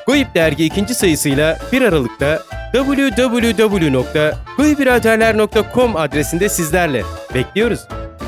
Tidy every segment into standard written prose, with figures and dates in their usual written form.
Goyip Dergi 2. sayısıyla 1 Aralık'ta www.goybiraderler.com adresinde sizlerle. Bekliyoruz.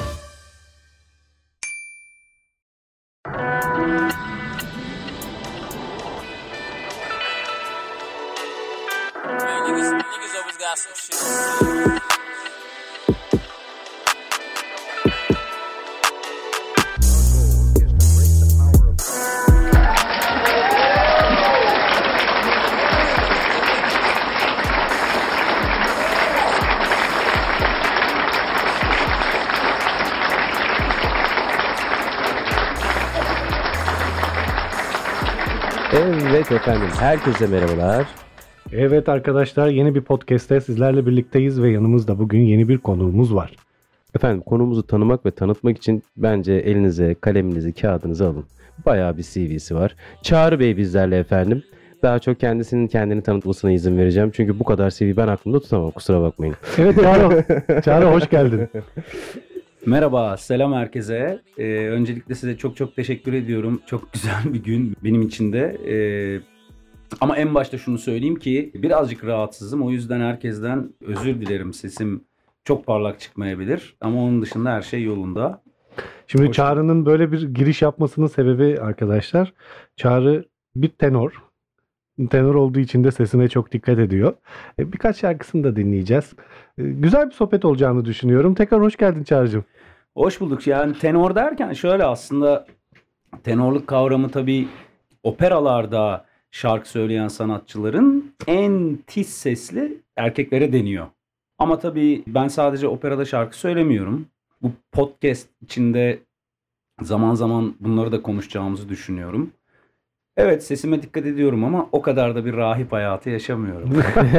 Evet efendim, herkese merhabalar. Evet arkadaşlar, yeni bir podcast'te sizlerle birlikteyiz ve yanımızda bugün yeni bir konuğumuz var. Efendim, konumuzu tanımak ve tanıtmak için bence elinize kaleminizi, kağıdınızı alın. Bayağı bir CV'si var. Çağrı Bey bizlerle efendim. Daha çok kendini tanıtmasına izin vereceğim. Çünkü bu kadar CV ben aklımda tutamam, kusura bakmayın. Evet Çağrı hoş geldin. Merhaba, selam herkese. Öncelikle size çok teşekkür ediyorum. Çok güzel bir gün benim için de. Ama en başta şunu söyleyeyim ki birazcık rahatsızım. O yüzden herkesten özür dilerim. Sesim çok parlak çıkmayabilir. Ama onun dışında her şey yolunda. Şimdi Çağrı'nın böyle bir giriş yapmasının sebebi arkadaşlar, Çağrı bir tenor. Tenor olduğu için de sesine çok dikkat ediyor. Birkaç şarkısını da dinleyeceğiz. Güzel bir sohbet olacağını düşünüyorum. Tekrar hoş geldin Çağrı'cığım. Hoş bulduk. Yani tenor derken şöyle, aslında tenorluk kavramı tabii operalarda şarkı söyleyen sanatçıların en tiz sesli erkeklere deniyor. Ama tabii ben sadece operada şarkı söylemiyorum. Bu podcast içinde zaman zaman bunları da konuşacağımızı düşünüyorum. Evet, sesime dikkat ediyorum ama o kadar da bir rahip hayatı yaşamıyorum.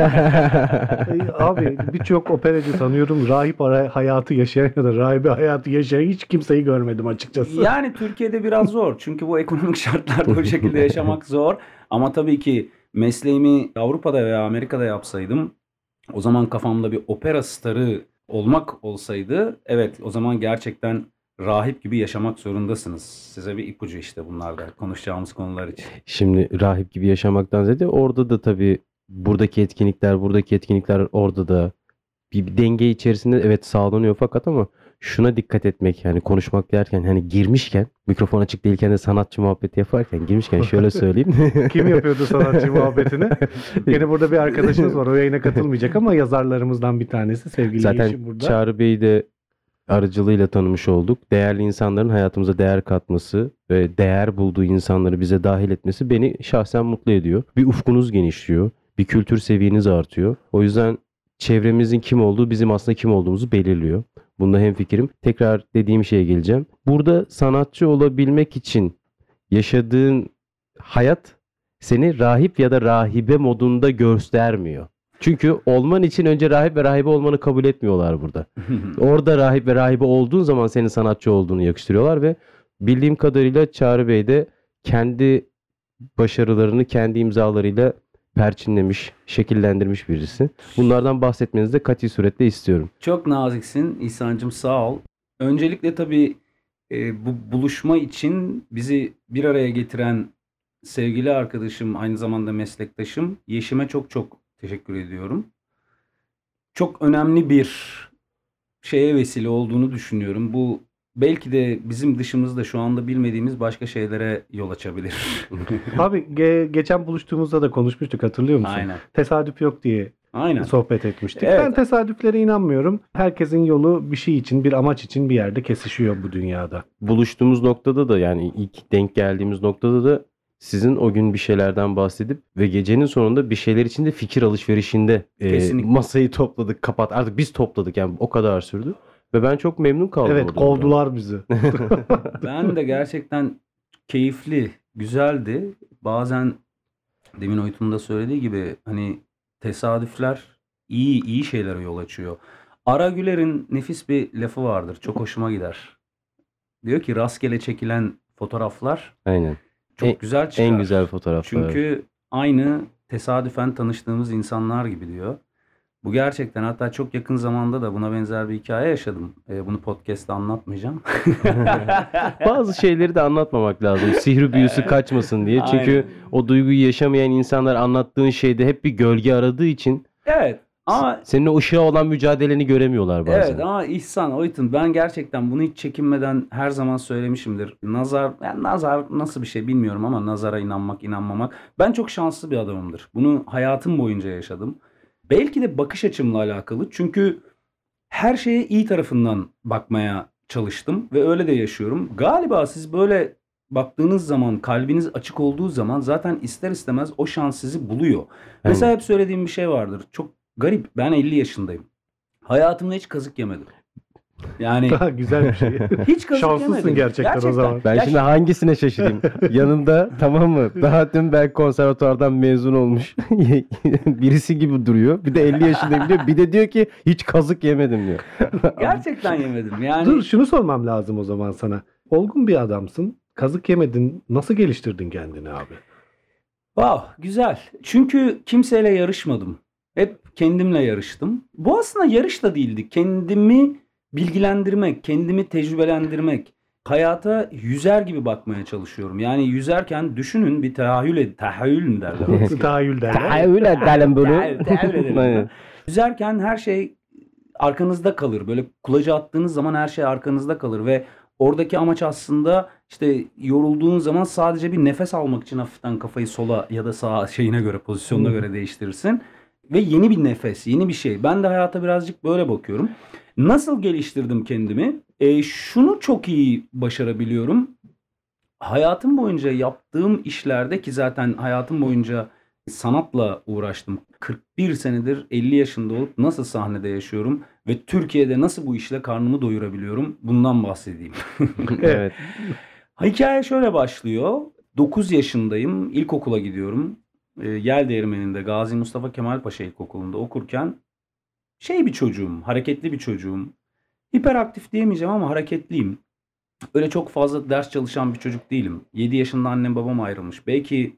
Abi birçok operacı tanıyorum. Rahip hayatı yaşayan ya da rahibe hayatı yaşayan hiç kimseyi görmedim açıkçası. Yani Türkiye'de biraz zor. Çünkü bu ekonomik şartlarda o şekilde yaşamak zor. Ama tabii ki mesleğimi Avrupa'da veya Amerika'da yapsaydım, o zaman kafamda bir opera starı olmak olsaydı, evet, o zaman gerçekten rahip gibi yaşamak zorundasınız. Size bir ipucu işte bunlar da konuşacağımız konular için. Şimdi rahip gibi yaşamaktan ziyade orada da tabii buradaki etkinlikler orada da bir denge içerisinde evet sağlanıyor fakat ama şuna dikkat etmek, yani konuşmak derken hani girmişken, mikrofon açık değilken de sanatçı muhabbeti yaparken girmişken şöyle söyleyeyim. Kim yapıyordu sanatçı muhabbetini? Yine burada bir arkadaşımız var, o yayına katılmayacak ama yazarlarımızdan bir tanesi sevgili Yeşim Zaten burada. Çağrı Bey'i de aracılığıyla tanımış olduk. Değerli insanların hayatımıza değer katması ve değer bulduğu insanları bize dahil etmesi beni şahsen mutlu ediyor. Bir ufkunuz genişliyor, bir kültür seviyeniz artıyor. O yüzden çevremizin kim olduğu bizim aslında kim olduğumuzu belirliyor. Bunda hemfikirim. Tekrar dediğim şeye geleceğim. Burada sanatçı olabilmek için yaşadığın hayat seni rahip ya da rahibe modunda göstermiyor. Çünkü olman için önce rahip ve rahibe olmanı kabul etmiyorlar burada. Orada rahip ve rahibe olduğun zaman senin sanatçı olduğunu yakıştırıyorlar ve bildiğim kadarıyla Çağrı Bey de kendi başarılarını kendi imzalarıyla perçinlemiş, şekillendirmiş birisi. Bunlardan bahsetmenizi de kati suretle istiyorum. Çok naziksin İhsan'cığım, sağ ol. Öncelikle tabii bu buluşma için bizi bir araya getiren sevgili arkadaşım, aynı zamanda meslektaşım Yeşim'e çok teşekkür ediyorum. Çok önemli bir şeye vesile olduğunu düşünüyorum. Bu belki de bizim dışımızda şu anda bilmediğimiz başka şeylere yol açabilir. Abi geçen buluştuğumuzda da konuşmuştuk, hatırlıyor musun? Aynen. Tesadüf yok diye Aynen. sohbet etmiştik. Evet. Ben tesadüflere inanmıyorum. Herkesin yolu bir şey için, bir amaç için bir yerde kesişiyor bu dünyada. Buluştuğumuz noktada da, yani ilk denk geldiğimiz noktada da sizin o gün bir şeylerden bahsedip ve gecenin sonunda bir şeyler için de fikir alışverişinde masayı topladık, artık biz topladık, yani o kadar sürdü. Ve ben çok memnun kaldım. Evet, kovdular bizi. Ben de gerçekten keyifli, güzeldi. Bazen demin Oytun'un da söylediği gibi hani tesadüfler iyi şeylere yol açıyor. Ara Güler'in nefis bir lafı vardır. Çok hoşuma gider. Diyor ki rastgele çekilen fotoğraflar Aynen. çok güzel çıkar. En güzel fotoğraflar. Çünkü aynı tesadüfen tanıştığımız insanlar gibi diyor. Bu gerçekten, hatta çok yakın zamanda da buna benzer bir hikaye yaşadım. Bunu podcast'ta anlatmayacağım. Bazı şeyleri de anlatmamak lazım. Sihri büyüsü kaçmasın diye. Çünkü Aynen. o duyguyu yaşamayan insanlar anlattığın şeyde hep bir gölge aradığı için Evet ama senin o ışığa olan mücadeleni göremiyorlar bazen. evet ama İhsan, Oytun, ben gerçekten bunu hiç çekinmeden her zaman söylemişimdir. Nazar, yani nazar nasıl bir şey bilmiyorum ama nazara inanmak, inanmamak. Ben çok şanslı bir adamımdır. Bunu hayatım boyunca yaşadım. Belki de bakış açımla alakalı. Çünkü her şeye iyi tarafından bakmaya çalıştım ve öyle de yaşıyorum. Galiba siz böyle baktığınız zaman, kalbiniz açık olduğu zaman zaten ister istemez o şans sizi buluyor. Mesela hep söylediğim bir şey vardır. Çok garip. Ben 50 yaşındayım. Hayatımda hiç kazık yemedim. Yani Güzel bir şey. hiç kazık Şanslısın yemedim. gerçekten o zaman. Ben Ya şimdi hangisine şaşırayım? Yanında tamam mı? Daha dün ben konservatuvardan mezun olmuş birisi gibi duruyor. Bir de 50 yaşındayım diyor. Bir de diyor ki hiç kazık yemedim diyor. gerçekten yemedim. Yani Dur, şunu sormam lazım o zaman sana. Olgun bir adamsın. Kazık yemedin. Nasıl geliştirdin kendini abi? wow, güzel. Çünkü kimseyle yarışmadım. Hep kendimle yarıştım. Bu aslında yarış da değildi. Kendimi bilgilendirmek, kendimi tecrübelendirmek. Hayata yüzer gibi bakmaya çalışıyorum. Yani yüzerken düşünün, bir tahayyül mü derler? Tahayyül derler. Öyle edelim bunu. Tahayyül edelim. Aynen. Yüzerken her şey arkanızda kalır. Böyle kulaca attığınız zaman her şey arkanızda kalır ve oradaki amaç aslında işte yorulduğun zaman sadece bir nefes almak için hafiften kafayı sola ya da sağa şeyine göre, pozisyonuna göre değiştirirsin. Ve yeni bir nefes, yeni bir şey. Ben de hayata birazcık böyle bakıyorum. Nasıl geliştirdim kendimi? Şunu çok iyi başarabiliyorum. Hayatım boyunca yaptığım işlerde, ki zaten hayatım boyunca sanatla uğraştım. 41 senedir 50 yaşında olup nasıl sahnede yaşıyorum ve Türkiye'de nasıl bu işle karnımı doyurabiliyorum? Bundan bahsedeyim. Evet. Hikaye şöyle başlıyor. 9 yaşındayım. İlkokula gidiyorum. Yeldeğirmeni'nde Gazi Mustafa Kemal Paşa İlkokulu'nda okurken bir çocuğum, hareketli bir çocuğum. Hiperaktif diyemeyeceğim ama hareketliyim. Öyle çok fazla ders çalışan bir çocuk değilim. 7 yaşında annem babam ayrılmış. Belki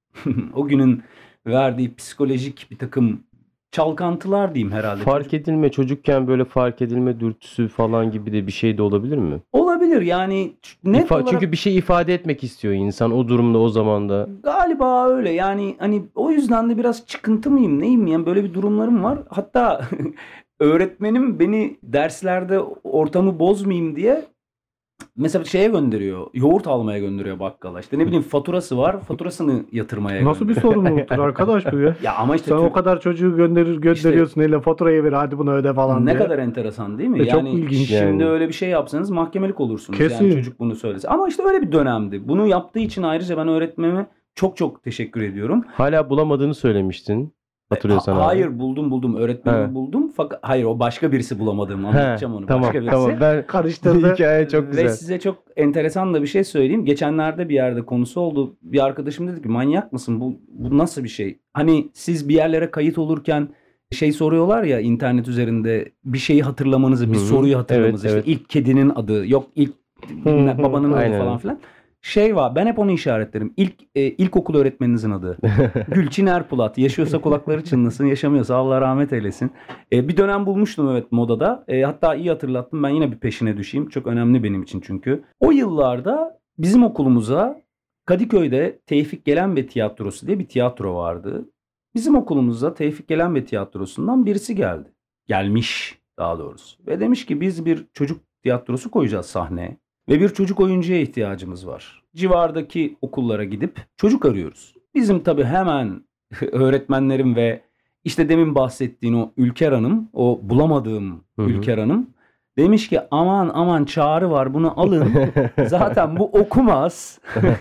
o günün verdiği psikolojik bir takım çalkantılar diyeyim herhalde. Fark edilme, çocukken böyle fark edilme dürtüsü falan gibi de bir şey de olabilir mi? Olabilir yani, net olarak Çünkü bir şey ifade etmek istiyor insan o durumda, o zamanda. galiba öyle. Yani hani o yüzden de biraz çıkıntı mıyım neyim, yani böyle bir durumlarım var. Hatta öğretmenim beni derslerde ortamı bozmayayım diye mesela şeye gönderiyor. Yoğurt almaya gönderiyor bakkala. İşte ne bileyim, faturası var. Faturasını yatırmaya Nasıl bir gönderiyor. sorumluluktur arkadaş bu ya? Ya ama işte Sen o kadar çocuğu gönderiyorsun, hele faturayı ver, hadi bunu öde falan ne diye. kadar enteresan değil mi? Çok Yani ilginç şimdi yani. öyle bir şey yapsanız mahkemelik olursunuz. Kesin. Yani çocuk bunu söylese. Ama işte öyle bir dönemdi. Bunu yaptığı için ayrıca ben öğretmenime çok çok teşekkür ediyorum. Hala bulamadığını söylemiştin. Hatırlıyorsan abi. Hayır, buldum. Öğretmenimi He. buldum. Fakat hayır, o başka birisi bulamadığımı anlatacağım onu. Tamam, Başka birisi. tamam. Ben Karıştırdı. hikaye çok güzel. Ve size çok enteresan da bir şey söyleyeyim. Geçenlerde bir yerde konusu oldu. Bir arkadaşım dedi ki, manyak mısın? Bu nasıl bir şey? Hani siz bir yerlere kayıt olurken soruyorlar ya internet üzerinde, bir şeyi hatırlamanızı, bir Hı hı. soruyu hatırlamanızı. Evet, İşte ilk kedinin adı, yok ilk babanın adı Aynen. falan filan. Var, ben hep onu işaretlerim. İlkokul öğretmeninizin adı. Gülçin Erpulat. Yaşıyorsa kulakları çınlasın, yaşamıyorsa Allah rahmet eylesin. Bir dönem bulmuştum evet modada. Hatta iyi hatırlattım, ben yine bir peşine düşeyim. Çok önemli benim için çünkü. O yıllarda bizim okulumuza Kadıköy'de Tevfik Gelenbey Tiyatrosu diye bir tiyatro vardı. Bizim okulumuza Tevfik Gelenbey Tiyatrosu'ndan birisi geldi. Gelmiş daha doğrusu. Ve demiş ki, biz bir çocuk tiyatrosu koyacağız sahneye. Ve bir çocuk oyuncuya ihtiyacımız var. Civardaki okullara gidip çocuk arıyoruz. Bizim tabii hemen öğretmenlerim ve işte demin bahsettiğin o Ülker Hanım, o bulamadığım Ülker Hanım demiş ki, aman Çağrı var, bunu alın. Zaten bu okumaz.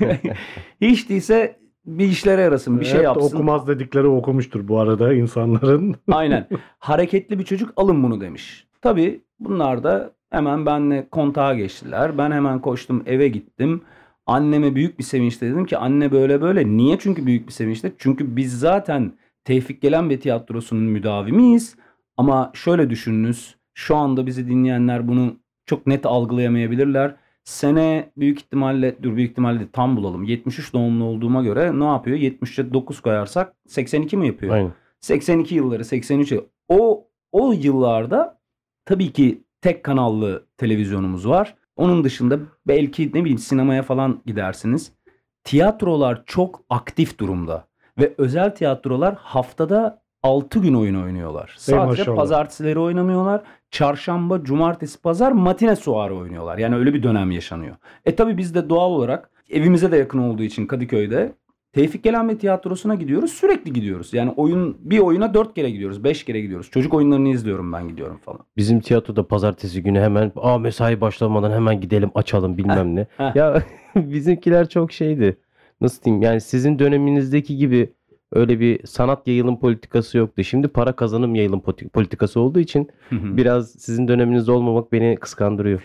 Hiç değilse bir işlere yarasın, bir şey Evet, yapsın. okumaz dedikleri okumuştur bu arada insanların. Aynen. Hareketli bir çocuk, alın bunu demiş. Tabii bunlar da hemen benimle kontağa geçtiler. Ben hemen koştum, eve gittim. Anneme büyük bir sevinçle dedim ki, anne böyle böyle. Niye? Çünkü büyük bir sevinçle. Çünkü biz zaten Tevfik Gelenbey Tiyatrosu'nun müdavimiyiz. Ama şöyle düşününüz. Şu anda bizi dinleyenler bunu çok net algılayamayabilirler. Sene büyük ihtimalle tam bulalım. 73 doğumlu olduğuma göre ne yapıyor? 73'e 9 koyarsak 82 mi yapıyor? Aynen. 82 yılları, 83 yıl. O yıllarda tabii ki tek kanallı televizyonumuz var. Onun dışında belki ne bileyim sinemaya falan gidersiniz. Tiyatrolar çok aktif durumda ve özel tiyatrolar haftada 6 gün oyun oynuyorlar. Sadece maşallah. pazartesileri oynamıyorlar. Çarşamba, cumartesi, pazar matine suarı oynuyorlar. Yani öyle bir dönem yaşanıyor. Tabii biz de doğal olarak evimize de yakın olduğu için Kadıköy'de Tevfik Gelenbey Tiyatrosu'na gidiyoruz. Sürekli gidiyoruz. Yani bir oyuna 4 kere gidiyoruz. 5 kere gidiyoruz. Çocuk oyunlarını izliyorum, ben gidiyorum falan. Bizim tiyatroda pazartesi günü hemen mesai başlamadan hemen gidelim açalım bilmem ne. Ya bizimkiler çok şeydi. Nasıl diyeyim? Yani sizin döneminizdeki gibi öyle bir sanat yayılım politikası yoktu. Şimdi para kazanım yayılım politikası olduğu için biraz sizin döneminizde olmamak beni kıskandırıyor.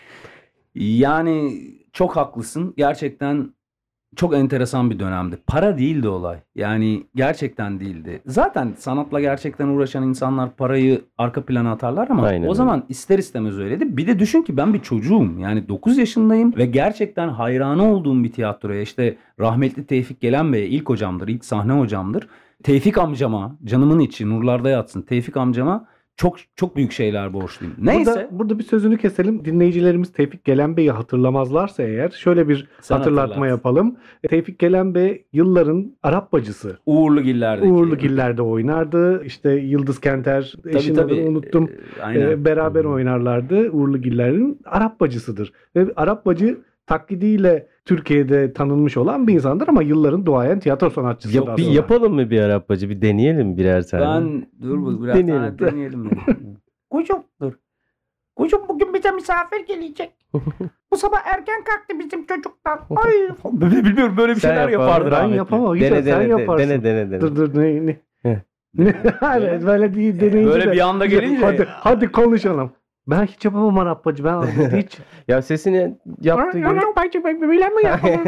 Yani çok haklısın. Gerçekten çok enteresan bir dönemdi. Para değildi olay. Yani gerçekten değildi. Zaten sanatla gerçekten uğraşan insanlar parayı arka plana atarlar ama Aynen o öyle. zaman ister istemez öyleydi. Bir de düşün ki ben bir çocuğum. Yani 9 yaşındayım ve gerçekten hayranı olduğum bir tiyatroya, işte rahmetli Tevfik Gelenbey'e ilk hocamdır, ilk sahne hocamdır. Tevfik amcama, canımın içi nurlarda yatsın, Tevfik amcama çok çok büyük şeyler borçluyum. Neyse. Burada bir sözünü keselim. Dinleyicilerimiz Tevfik Gelenbey'i hatırlamazlarsa eğer şöyle bir Sen hatırlatma hatırlat. yapalım. Tevfik Gelenbey yılların Arap bacısı. Uğurlugiller'deki. Uğurlugiller'de oynardı. İşte Yıldız Kenter, eşinin adını unuttum. Aynen. Beraber oynarlardı. Uğurlugiller'in Arap bacısıdır. Ve Arap bacı taklidiyle Türkiye'de tanınmış olan bir insandır ama yılların duayen tiyatro sanatçısı. Bir yapalım mı bir Arap bacı? Bir deneyelim birer tane. Biraz Deneyelim. daha deneyelim. Kuşum dur. Kuşum bugün bize misafir gelecek. Bu sabah erken kalktı bizim çocuklar. Ay. Bilmiyorum, böyle bir Sen şeyler yapar, yapardı Ben rahmetli. yapamam. Dene Sen dene yaparsın. dene. Dur ne? Heh. Evet, böyle değil deneyince Böyle de- bir anda gelince. Hadi konuşalım. Ben hiç yapamam Arap bacı. Ben hiç. Ya sesini yaptığı gibi. Anam bacı böyle mi yapalım?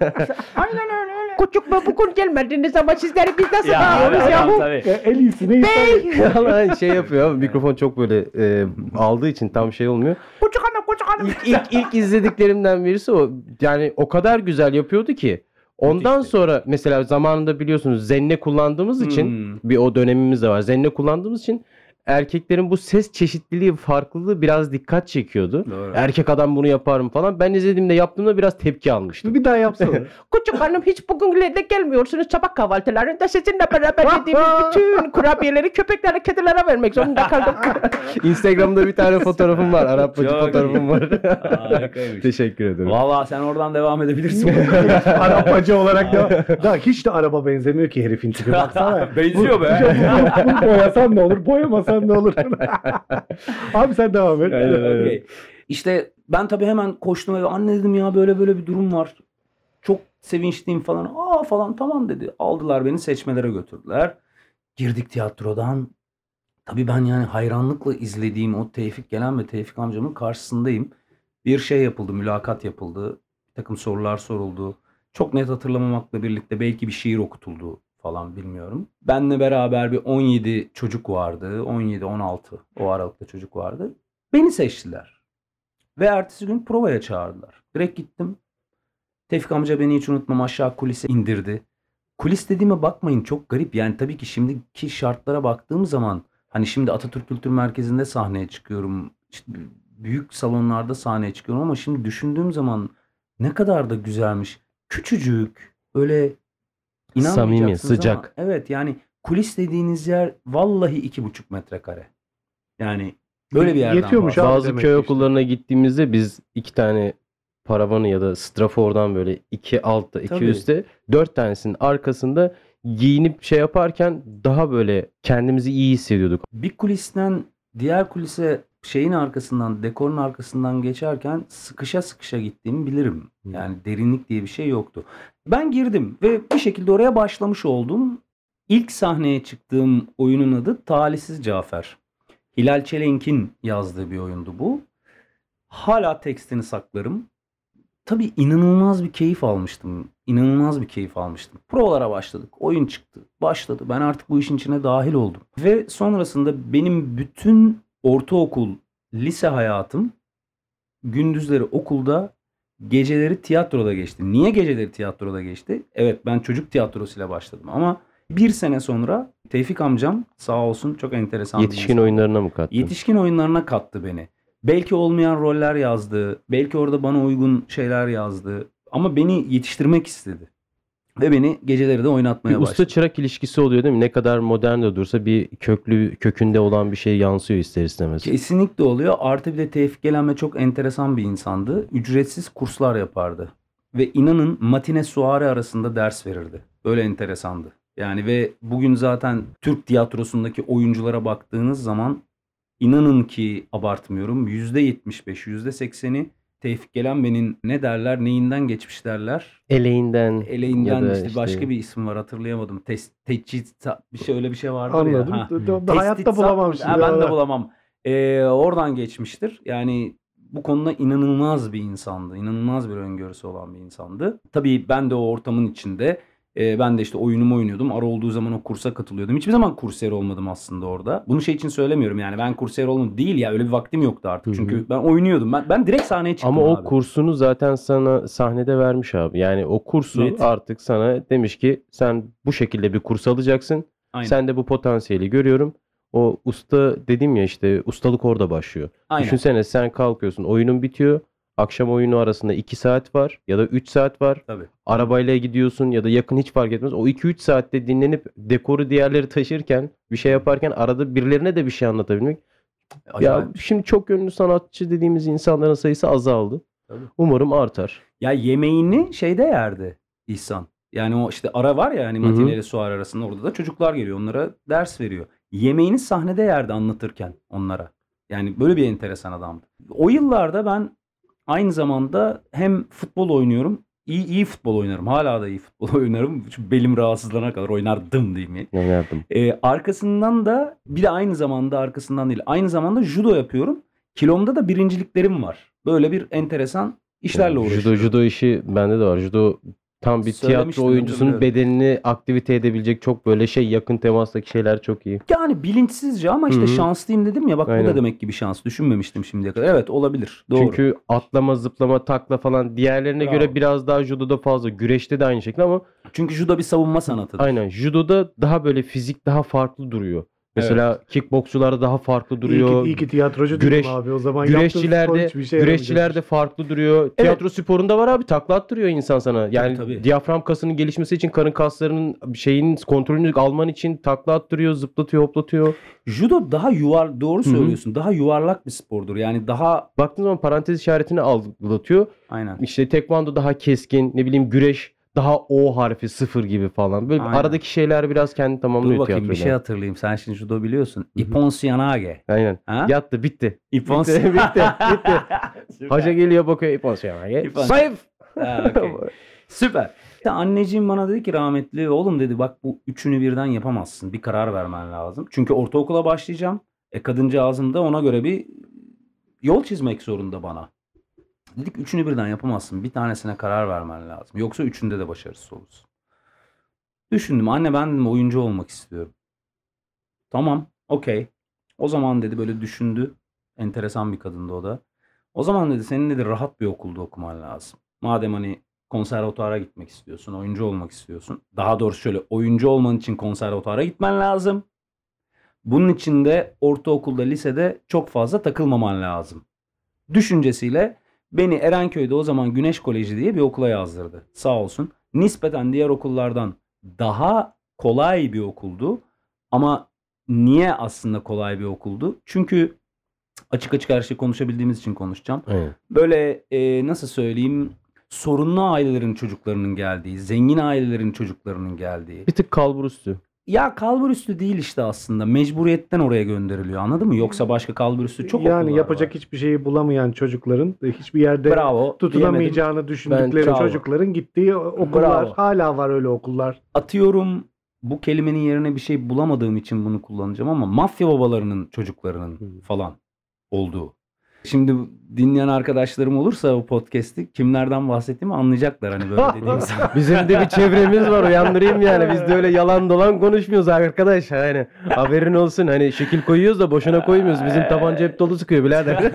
Aynen öyle. Küçük mü bugün gelmediniz ama sizleri biz nasıl biliyoruz adam yahu? tabii. En iyisini ister. Vallahi şey yapıyor ama mikrofon çok böyle aldığı için tam şey olmuyor. Küçük hanım. İlk izlediklerimden birisi o. Yani o kadar güzel yapıyordu ki. Ondan Müthişti. sonra mesela zamanında biliyorsunuz zenne kullandığımız için bir o dönemimiz de var. Zenne kullandığımız için erkeklerin bu ses çeşitliliği, farklılığı biraz dikkat çekiyordu. Doğru. Erkek adam bunu yapar mı falan. Ben izlediğimde yaptığımda biraz tepki almıştım. Bir daha yapsana. Küçük hanım hiç bugünlerde gelmiyorsunuz. Sabah kahvaltılarında sizinle beraber yediğimiz bütün kurabiyeleri köpeklere, kedilere vermek zorunda kaldık. Instagram'da bir tane fotoğrafım var. Arap bacı Çok fotoğrafım var. Harikaymış. Teşekkür ederim. Valla sen oradan devam edebilirsin. Arap bacı olarak da hiç de araba benzemiyor ki herifin tipi. Baksana. Benziyor be. Bunu boyasan ne olur, boyamasan ne olur. Abi sen devam et. Okey. İşte ben tabii hemen koştum eve. Anne dedim ya böyle bir durum var. Çok sevinçliyim falan. Falan tamam dedi. Aldılar beni, seçmelere götürdüler. Girdik tiyatrodan. Tabii ben yani hayranlıkla izlediğim o Tevfik Gelenbey, Tevfik amcamın karşısındayım. Bir şey yapıldı, mülakat yapıldı. Bir takım sorular soruldu. Çok net hatırlamamakla birlikte belki bir şiir okutuldu falan, bilmiyorum. Benle beraber bir 17 çocuk vardı. 17-16 o aralıkta çocuk vardı. Beni seçtiler. Ve ertesi gün provaya çağırdılar. Direkt gittim. Tevfik amca beni hiç unutmam aşağı kulise indirdi. Kulis dediğime bakmayın, çok garip. Yani tabii ki şimdiki şartlara baktığım zaman hani şimdi Atatürk Kültür Merkezi'nde sahneye çıkıyorum. İşte büyük salonlarda sahneye çıkıyorum ama şimdi düşündüğüm zaman ne kadar da güzelmiş. Küçücük, öyle inanmayacaksınız Samimi, ama sıcak. evet, yani kulis dediğiniz yer vallahi 2,5 metrekare. Yani böyle bir yerden Yetiyormuş bahsediyorum. abi. Bazı demek köy ki okullarına gittiğimizde biz 2 tane paravanı ya da strafordan böyle 2 altta 2 Tabii. üstte 4 tanesinin arkasında giyinip şey yaparken daha böyle kendimizi iyi hissediyorduk. Bir kulisten diğer kulise şeyin arkasından, dekorun arkasından geçerken sıkışa sıkışa gittiğimi bilirim. Yani derinlik diye bir şey yoktu. Ben girdim ve bir şekilde oraya başlamış oldum. İlk sahneye çıktığım oyunun adı Talihsiz Cafer. Hilal Çelenk'in yazdığı bir oyundu bu. Hala tekstini saklarım. Tabii inanılmaz bir keyif almıştım. İnanılmaz bir keyif almıştım. Provalara başladık. Oyun çıktı. Başladı. Ben artık bu işin içine dahil oldum. Ve sonrasında benim bütün ortaokul, lise hayatım gündüzleri okulda, geceleri tiyatroda geçti. Niye geceleri tiyatroda geçti? Evet, ben çocuk tiyatrosuyla başladım ama Bir sene sonra Tevfik amcam sağ olsun çok enteresan bir Yetişkin insan. oyunlarına mı kattın? Yetişkin oyunlarına kattı beni. Belki olmayan roller yazdı. Belki orada bana uygun şeyler yazdı. Ama beni yetiştirmek istedi. Ve beni geceleri de oynatmaya Bir başladı. usta çırak ilişkisi oluyor değil mi? Ne kadar modern de dursa bir kökünde olan bir şey yansıyor ister istemez. Kesinlikle oluyor. Artı bir de Tevfik Gelenme çok enteresan bir insandı. Ücretsiz kurslar yapardı. Ve inanın matine suare arasında ders verirdi. Böyle enteresandı. Yani ve bugün zaten Türk tiyatrosundaki oyunculara baktığınız zaman inanın ki abartmıyorum %75, %80'i Tevfik Gelenme'nin ne derler neyinden geçmiş derler. Eleğinden. Eleğinden Ya da işte işte- başka bir isim var hatırlayamadım. Bir şey öyle bir şey vardır Anladım. ya. Hayatta bulamam şimdi. Ben de bulamam. Oradan geçmiştir. Yani bu konuda inanılmaz bir insandı. İnanılmaz bir öngörüsü olan bir insandı. Tabii ben de o ortamın içinde ben de işte oyunumu oynuyordum. Ara olduğu zaman o kursa katılıyordum. Hiçbir zaman kursiyer olmadım aslında orada. Bunu şey için söylemiyorum yani ben kursiyer olmadım değil ya öyle bir vaktim yoktu artık. Hı hı. Çünkü ben oynuyordum. Ben direkt sahneye çıktım Ama abi. o kursunu zaten sana sahnede vermiş abi. Yani o kursu Evet. artık sana demiş ki sen bu şekilde bir kurs alacaksın. Aynen. Sen de bu potansiyeli görüyorum. O usta dedim ya işte ustalık orada başlıyor. Aynen. Düşünsene sen kalkıyorsun oyunun bitiyor. Akşam oyunu arasında 2 saat var ya da 3 saat var. Tabii. Arabayla gidiyorsun ya da yakın hiç fark etmez. O 2-3 saatte dinlenip dekoru diğerleri taşırken bir şey yaparken arada birilerine de bir şey anlatabilmek. Acayip. Ya şimdi çok yönlü sanatçı dediğimiz insanların sayısı azaldı. Tabii. Umarım artar. Ya yemeğini şeyde yerdi İhsan. Yani o işte ara var ya hani Hı hı. matine ile suar arasında orada da çocuklar geliyor. Onlara ders veriyor. Yemeğini sahnede yerdi anlatırken onlara. Yani böyle bir enteresan adamdı. O yıllarda ben aynı zamanda hem futbol oynuyorum. İyi futbol oynarım. Hala da iyi futbol oynarım. Şu belim rahatsızlanana kadar oynardım diyeyim mi? Önerdim. Arkasından da bir de aynı zamanda arkasından değil. Aynı zamanda judo yapıyorum. Kilomda da birinciliklerim var. Böyle bir enteresan işlerle uğraşıyorum. Judo işi bende de var. Judo tam bir Söylemiştin, tiyatro oyuncusunun hatırlıyorum. bedenini aktivite edebilecek çok böyle yakın temastaki şeyler çok iyi. Yani bilinçsizce ama işte Hı hı. şanslıyım dedim ya bak bu Aynen. da demek ki bir şans. Düşünmemiştim şimdiye kadar. Evet olabilir. Doğru. Çünkü atlama, zıplama, takla falan diğerlerine Bravo. göre biraz daha judoda fazla. Güreşte de aynı şekilde ama Çünkü judo bir savunma sanatıdır. aynen judoda daha böyle fizik daha farklı duruyor. Mesela kickboksçularda daha farklı duruyor. İyi ki tiyatrocu Güreş- değilim abi. O zaman Güreşçilerde güreşçilerde farklı duruyor. Tiyatro sporunda var abi takla attırıyor insan sana. Yani Tabii. diyafram kasının gelişmesi için karın kaslarının şeyin kontrolünü alman için takla attırıyor, zıplatıyor, hoplatıyor. Judo daha doğru Hı hı. söylüyorsun. Daha yuvarlak bir spordur. Yani daha Baktığın zaman parantez işaretini algılatıyor. aynen. İşte tekvando daha keskin, ne bileyim güreş daha O harfi 0 gibi falan. Böyle Aynen. aradaki şeyler biraz kendi Dur tamamlıyor bakayım bir tiyatroda. şey hatırlayayım. Sen şimdi judo biliyorsun. Hı hı. Ippon-Yanage. Aynen. Ha? Yattı, bitti. Ippon bitti. Süper. Hoca geliyor bakıyor İponsiyon'a. İpon- Sayf! Ha, okey. Süper. İşte anneciğim bana dedi ki rahmetli oğlum dedi bak bu üçünü birden yapamazsın. Bir karar vermen lazım. Çünkü ortaokula başlayacağım. Kadıncağızım da ona göre bir yol çizmek zorunda bana. Dedik üçünü birden yapamazsın. Bir tanesine karar vermen lazım. Yoksa üçünde de başarısız olursun. Düşündüm. Anne ben dedim oyuncu olmak istiyorum. Tamam. Okey. O zaman dedi böyle düşündü. Enteresan bir kadındı o da. O zaman dedi senin dedi rahat bir okulda okuman lazım. Madem hani konservatuara gitmek istiyorsun, oyuncu olmak istiyorsun. Daha doğrusu şöyle oyuncu olman için konservatuara gitmen lazım. Bunun için de ortaokulda, lisede çok fazla takılmaman lazım. Düşüncesiyle beni Erenköy'de o zaman Güneş Koleji diye bir okula yazdırdı. Sağ olsun. Nispeten diğer okullardan daha kolay bir okuldu. Ama niye aslında kolay bir okuldu? Çünkü açık açık her şeyi konuşabildiğimiz için konuşacağım. Aynen. Böyle nasıl söyleyeyim sorunlu ailelerin çocuklarının geldiği, zengin ailelerin çocuklarının geldiği. Bir tık kalbur üstü. Ya kalburüstü değil işte aslında. Mecburiyetten oraya gönderiliyor anladın mı? Yoksa başka kalburüstü çok yani okullar yapacak var. hiçbir şeyi bulamayan çocukların hiçbir yerde Bravo. tutunamayacağını düşündükleri Bravo. çocukların gittiği okullar. Bravo. Hala var öyle okullar. Atıyorum bu kelimenin yerine bir şey bulamadığım için bunu kullanacağım ama mafya babalarının çocuklarının falan olduğu. Şimdi dinleyen arkadaşlarım olursa o podcast'i kimlerden bahsettiğimi anlayacaklar hani böyle dediğim zaman. Bizim de bir çevremiz var uyandırayım yani. Biz de öyle yalan dolan konuşmuyoruz arkadaş. Yani haberin olsun hani şekil koyuyoruz da boşuna koymuyoruz. Bizim tabanca hep dolu sıkıyor birader.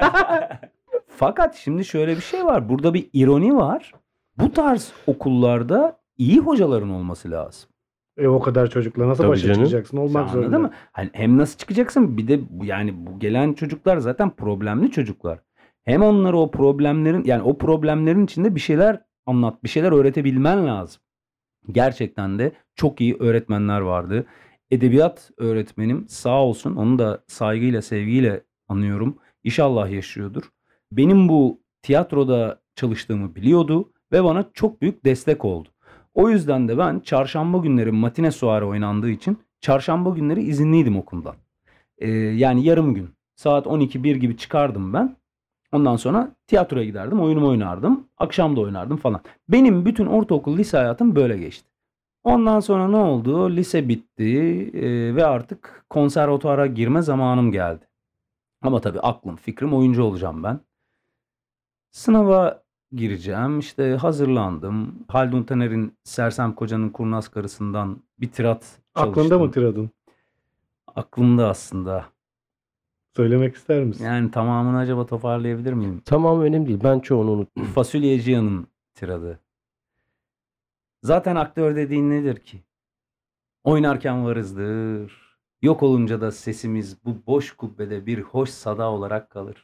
Fakat şimdi şöyle bir şey var. Burada bir ironi var. Bu tarz okullarda iyi hocaların olması lazım. O kadar çocukla nasıl Tabii başa canım. çıkacaksın? Olmak Anladın zorunda. mı? Hani hem nasıl çıkacaksın, bir de yani bu gelen çocuklar zaten problemli çocuklar. Hem onları o problemlerin içinde bir şeyler anlat, bir şeyler öğretebilmen lazım. Gerçekten de çok iyi öğretmenler vardı. Edebiyat öğretmenim sağ olsun, onu da saygıyla sevgiyle anıyorum. İnşallah yaşıyordur. Benim bu tiyatroda çalıştığımı biliyordu ve bana çok büyük destek oldu. O yüzden de ben çarşamba günleri matine suarı oynandığı için çarşamba günleri izinliydim okuldan. Yani yarım gün. Saat 12-1 gibi çıkardım ben. Ondan sonra tiyatroya giderdim, oyunumu oynardım. Akşam da oynardım falan. Benim bütün ortaokul, lise hayatım böyle geçti. Ondan sonra ne oldu? Lise bitti ve artık konservatuara girme zamanım geldi. Ama tabii aklım, fikrim oyuncu olacağım ben. Sınava gireceğim. İşte hazırlandım. Haldun Taner'in Sersem Kocanın Kurnaz Karısı'ndan bir tirat çalıştım. Aklında mı tiradın? Aklımda aslında. Söylemek ister misin? Yani tamamını acaba toparlayabilir miyim? Tamam, önemli değil. Ben çoğunu unuttum. Fasulyeciyanın tiradı. Zaten aktör dediğin nedir ki? Oynarken varızdır. Yok olunca da sesimiz bu boş kubbede bir hoş sada olarak kalır.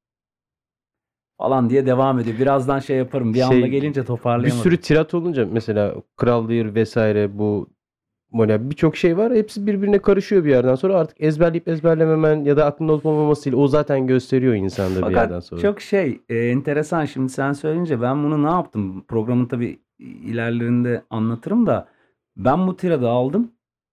Falan diye devam ediyor. Birazdan şey yaparım. Bir anda gelince Bir toparlayamadım. sürü tirat olunca mesela Kral Lear vesaire, bu böyle birçok şey var. Hepsi birbirine karışıyor bir yerden sonra. Artık ezberleyip ezberlememen ya da aklında olup olmamasıyla o zaten gösteriyor insanda bir yerden Fakat sonra. çok enteresan, şimdi sen söyleyince ben bunu ne yaptım? Programın tabii ilerlerinde anlatırım da ben bu tiradı aldım.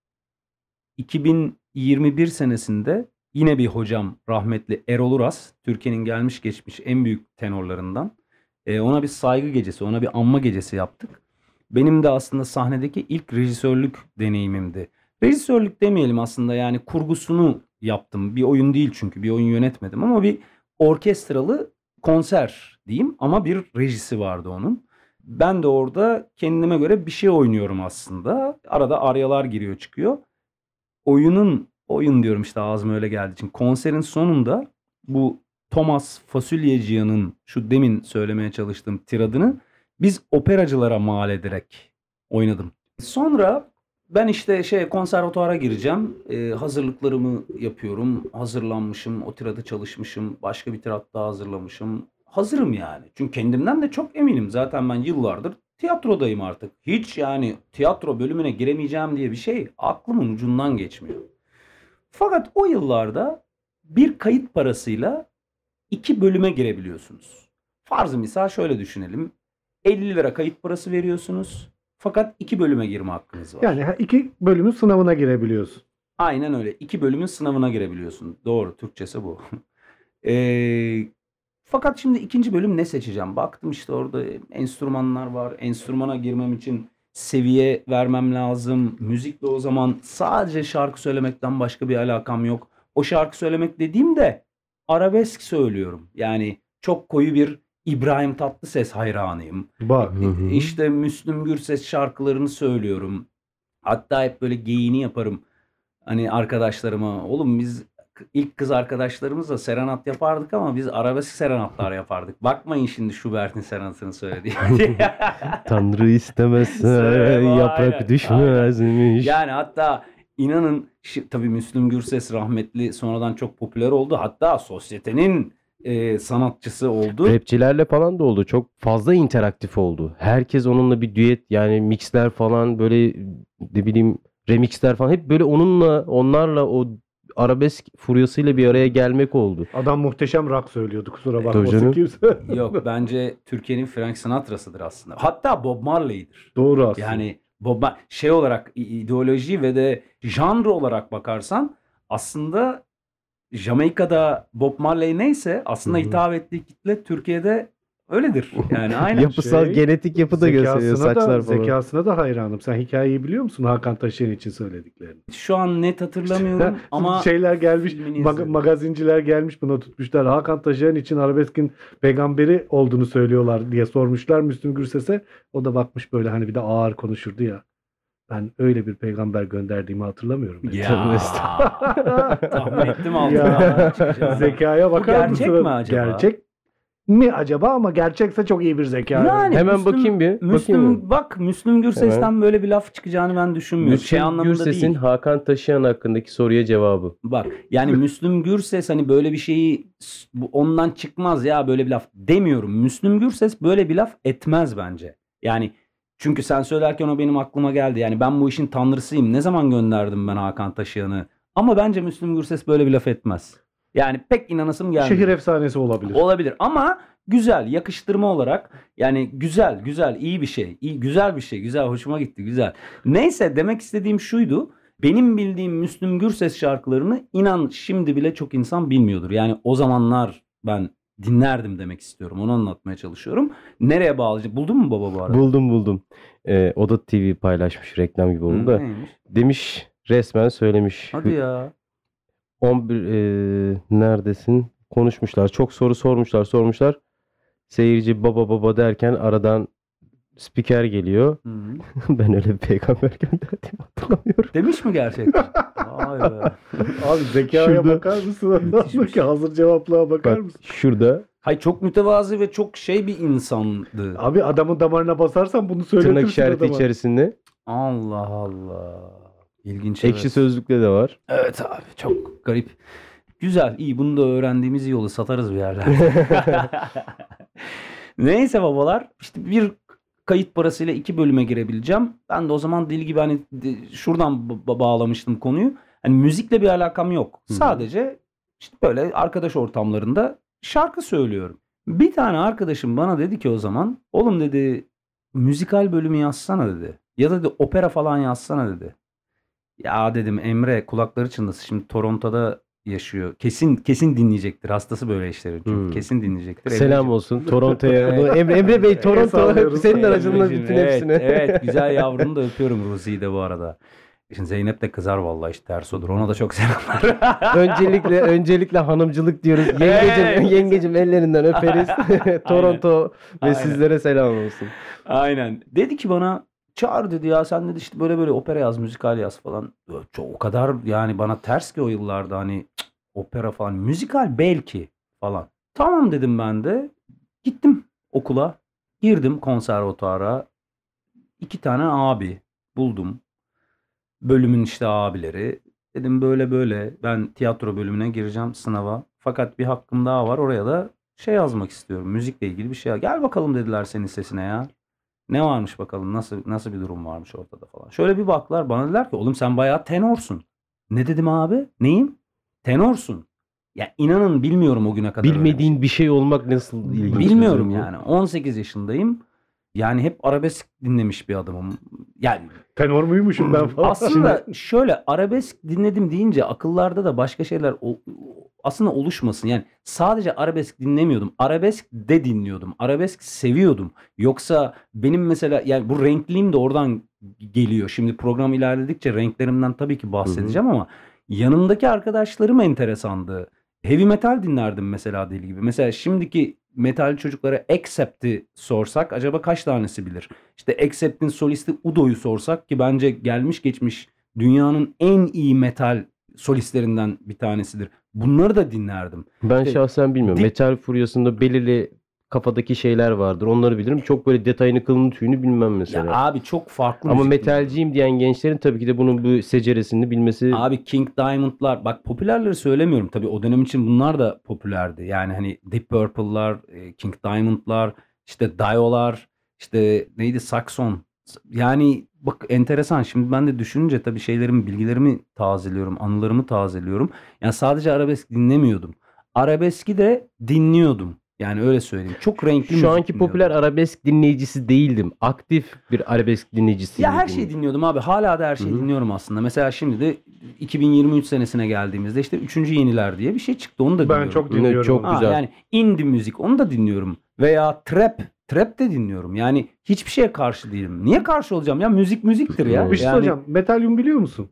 2021 senesinde yine bir hocam, rahmetli Erol Uras, Türkiye'nin gelmiş geçmiş en büyük tenorlarından. Ona bir saygı gecesi, ona bir anma gecesi yaptık. Benim de aslında sahnedeki ilk rejisörlük deneyimimdi. Rejisörlük demeyelim aslında, yani kurgusunu yaptım. Bir oyun değil çünkü, bir oyun yönetmedim ama bir orkestralı konser diyeyim, ama bir rejisi vardı onun. Ben de orada kendime göre bir şey oynuyorum aslında. Arada aryalar giriyor çıkıyor. Oyun diyorum işte, ağzıma öyle geldiği için. Konserin sonunda bu Thomas Fasulyeciyan'ın şu demin söylemeye çalıştığım tiradını biz operacılara mal ederek oynadım. Sonra ben işte konservatuara gireceğim. Hazırlıklarımı yapıyorum. Hazırlanmışım. O tiradı çalışmışım. Başka bir tirat daha hazırlamışım. Hazırım yani. Çünkü kendimden de çok eminim. Zaten ben yıllardır tiyatrodayım artık. Hiç yani tiyatro bölümüne giremeyeceğim diye bir şey aklımın ucundan geçmiyor. Fakat o yıllarda bir kayıt parasıyla 2 bölüme girebiliyorsunuz. Farz-ı misal şöyle düşünelim. 50 lira kayıt parası veriyorsunuz. Fakat 2 bölüme girme hakkınız var. Yani 2 bölümün sınavına girebiliyorsun. Aynen öyle. 2 bölümün sınavına girebiliyorsun. Doğru. Türkçesi bu. Fakat şimdi 2. bölüm ne seçeceğim? Baktım işte orada enstrümanlar var. Enstrümana girmem için seviye vermem lazım. Müzikle o zaman sadece şarkı söylemekten başka bir alakam yok. O şarkı söylemek dediğimde arabesk söylüyorum. Yani çok koyu bir İbrahim Tatlıses hayranıyım. Bak. İşte Müslüm Gürses şarkılarını söylüyorum. Hatta hep böyle geyiğini yaparım. Hani arkadaşlarıma, oğlum biz ilk kız arkadaşlarımızla serenat yapardık ama biz arabesk serenatlar yapardık. Bakmayın şimdi Schubert'in serenatını söylediği. Tanrı istemezse yaprak Aynen, düşmezmiş. Yani hatta inanın tabii Müslüm Gürses rahmetli sonradan çok popüler oldu. Hatta sosyetenin sanatçısı oldu. Rapçilerle falan da oldu. Çok fazla interaktif oldu. Herkes onunla bir düet, yani mixler falan, böyle ne bileyim remixler falan, hep böyle onlarla o arabesk furyasıyla bir araya gelmek oldu. Adam muhteşem rock söylüyordu, kusura Tabii bakmasın canım. kimse. Yok, bence Türkiye'nin Frank Sinatra'sıdır aslında. Hatta Bob Marley'dir. Doğru aslında. Yani olarak ideoloji ve de janr olarak bakarsan aslında Jamaika'da Bob Marley neyse aslında hitap ettiği kitle Türkiye'de öyledir. Yani aynen. Yapısal genetik yapı da gösteriyor, saçlar falan. Zekasına da hayranım. Sen hikayeyi biliyor musun Hakan Taşıyan için söylediklerini? Şu an net hatırlamıyorum ama şeyler gelmiş, filmini izledim. magazinciler gelmiş buna tutmuşlar. Hakan Taşıyan için arabeskin peygamberi olduğunu söylüyorlar diye sormuşlar Müslüm Gürses'e. O da bakmış böyle, hani bir de ağır konuşurdu ya. Ben öyle bir peygamber gönderdiğimi hatırlamıyorum. Yani. Ya. Tahmin ettim Ya. altına. Zekaya bakar gerçek mısın? mi acaba? Gerçek. mi acaba ama gerçekse çok iyi bir zeka. Yani Hemen bakayım bir. Müslüm Gürses'ten böyle bir laf çıkacağını ben düşünmüyorum. Müslüm Gürses'in değil. Hakan Taşıyan hakkındaki soruya cevabı. Bak yani Müslüm Gürses hani böyle bir şeyi ondan çıkmaz ya böyle bir laf demiyorum. Müslüm Gürses böyle bir laf etmez bence. Yani çünkü sen söylerken o benim aklıma geldi. Yani ben bu işin tanrısıyım. Ne zaman gönderdim ben Hakan Taşıyan'ı? Ama bence Müslüm Gürses böyle bir laf etmez. Yani pek inanasım gelmiyor. Şehir efsanesi olabilir. Olabilir ama güzel yakıştırma olarak yani güzel iyi bir şey. Güzel bir şey. Güzel hoşuma gitti güzel. Neyse demek istediğim şuydu. Benim bildiğim Müslüm Gürses şarkılarını inan şimdi bile çok insan bilmiyordur. Yani o zamanlar ben dinlerdim demek istiyorum. Onu anlatmaya çalışıyorum. Nereye bağlayacak? Buldun mu baba bu arada? Buldum. Oda TV paylaşmış reklam gibi oldu da. Neymiş? Demiş resmen söylemiş. Hadi ya. 11 neredesin? Konuşmuşlar. Çok soru sormuşlar. Seyirci baba derken aradan spiker geliyor. Hı-hı. Ben öyle bir peygamber gönderdiğimi hatırlamıyorum. Demiş mi gerçekten? Vay be. Abi zekaya Şurada- bakar mısın? Adamdaki hazır cevaplığa bakar Bak mısın? şurada Hay çok mütevazi ve çok şey bir insandı. Abi adamın damarına basarsan bunu tırnak söyletirsin işareti adama. içerisinde Allah Allah. İlginç. ekşi evet. sözlükte de var. Evet abi çok garip. Güzel iyi bunu da öğrendiğimiz iyi olur satarız bir yerlerde. Neyse babalar işte bir kayıt parasıyla 2 bölüme girebileceğim. Ben de o zaman dil gibi hani şuradan bağlamıştım konuyu. Hani müzikle bir alakam yok. Hı. Sadece işte böyle arkadaş ortamlarında şarkı söylüyorum. Bir tane arkadaşım bana dedi ki o zaman oğlum dedi müzikal bölümü yazsana dedi. Ya da dedi opera falan yazsana dedi. Ya dedim Emre kulakları çınlasın. Şimdi Toronto'da yaşıyor. Kesin dinleyecektir. Hastası böyle işleri. Çünkü Hmm. kesin dinleyecektir. Selam Emreciğim. olsun Toronto'ya. Evet. Emre Bey El Toronto sallıyoruz. senin aracınla Emreciğim, bütün evet, hepsini. Evet güzel yavrunu da öpüyorum Ruzi'yi de bu arada. Şimdi Zeynep de kızar vallahi işte ters odur. Ona da çok selamlar. öncelikle hanımcılık diyoruz. Evet. Yengecim ellerinden öperiz. Toronto ve Aynen. sizlere selam olsun. Aynen. Dedi ki bana çağır dedi ya sen dedi işte böyle opera yaz, müzikal yaz falan. O kadar yani bana ters ki o yıllarda hani opera falan, müzikal belki falan. Tamam dedim ben de. Gittim okula. Girdim konservatuara. 2 tane abi buldum. Bölümün işte abileri. Dedim böyle ben tiyatro bölümüne gireceğim sınava. Fakat bir hakkım daha var. Oraya da şey yazmak istiyorum. Müzikle ilgili bir şey. Gel bakalım dediler senin sesine ya. Ne varmış bakalım nasıl bir durum varmış ortada falan. Şöyle bir baktılar bana dediler ki oğlum sen bayağı tenorsun. Ne dedim abi? Neyim? Tenorsun. Ya inanın bilmiyorum o güne kadar. öyle bir Bilmediğin bir şey olmak nasıl şey. ilginç. Bilmiyorum bir durum bu. yani. 18 yaşındayım. Yani hep arabesk dinlemiş bir adamım. Yani Tenor muymuşum ben falan. aslında şöyle arabesk dinledim deyince akıllarda da başka şeyler aslında oluşmasın. Yani sadece arabesk dinlemiyordum. Arabesk de dinliyordum. Arabesk seviyordum. Yoksa benim mesela yani bu renkliliğim de oradan geliyor. Şimdi program ilerledikçe renklerimden tabii ki bahsedeceğim ama yanımdaki arkadaşlarım enteresandı. Heavy metal dinlerdim mesela deli gibi. Mesela şimdiki metal çocuklara Accept'i sorsak acaba kaç tanesi bilir? İşte Accept'in solisti Udo'yu sorsak ki bence gelmiş geçmiş dünyanın en iyi metal solistlerinden bir tanesidir. Bunları da dinlerdim. Ben İşte şahsen bilmiyorum. dik- Metal furyasında belirli kafadaki şeyler vardır. Onları bilirim. Çok böyle detayını kılını tüyünü bilmem mesela. Ya abi çok farklı Ama müzik metalciyim diyen gençlerin tabii ki de bunun bu seceresini bilmesi dinliyorum. Abi King Diamond'lar bak popülerleri söylemiyorum tabii o dönem için bunlar da popülerdi. Yani hani Deep Purple'lar, King Diamond'lar, işte Dio'lar, işte neydi Saxon. Yani bak enteresan şimdi ben de düşününce tabii bilgilerimi tazeliyorum, anılarımı tazeliyorum. Yani sadece arabesk dinlemiyordum. Arabeski de dinliyordum. Yani öyle söyleyeyim. Çok renkli müzik şu anki dinliyordum. popüler arabesk dinleyicisi değildim. Aktif bir arabesk dinleyicisiydim. Ya her şeyi dinliyordum abi. Hala da her şeyi Hı hı. dinliyorum aslında. Mesela şimdi de 2023 senesine geldiğimizde işte 3. Yeniler diye bir şey çıktı. Onu da dinliyorum. Ben çok dinliyorum. Çok onu. güzel. Yani indie müzik onu da dinliyorum. Veya trap de dinliyorum. Yani hiçbir şeye karşı değilim. Niye karşı olacağım ya? Müzik müziktir ya. Bir şey Yani- soracağım. Metalyum biliyor musun?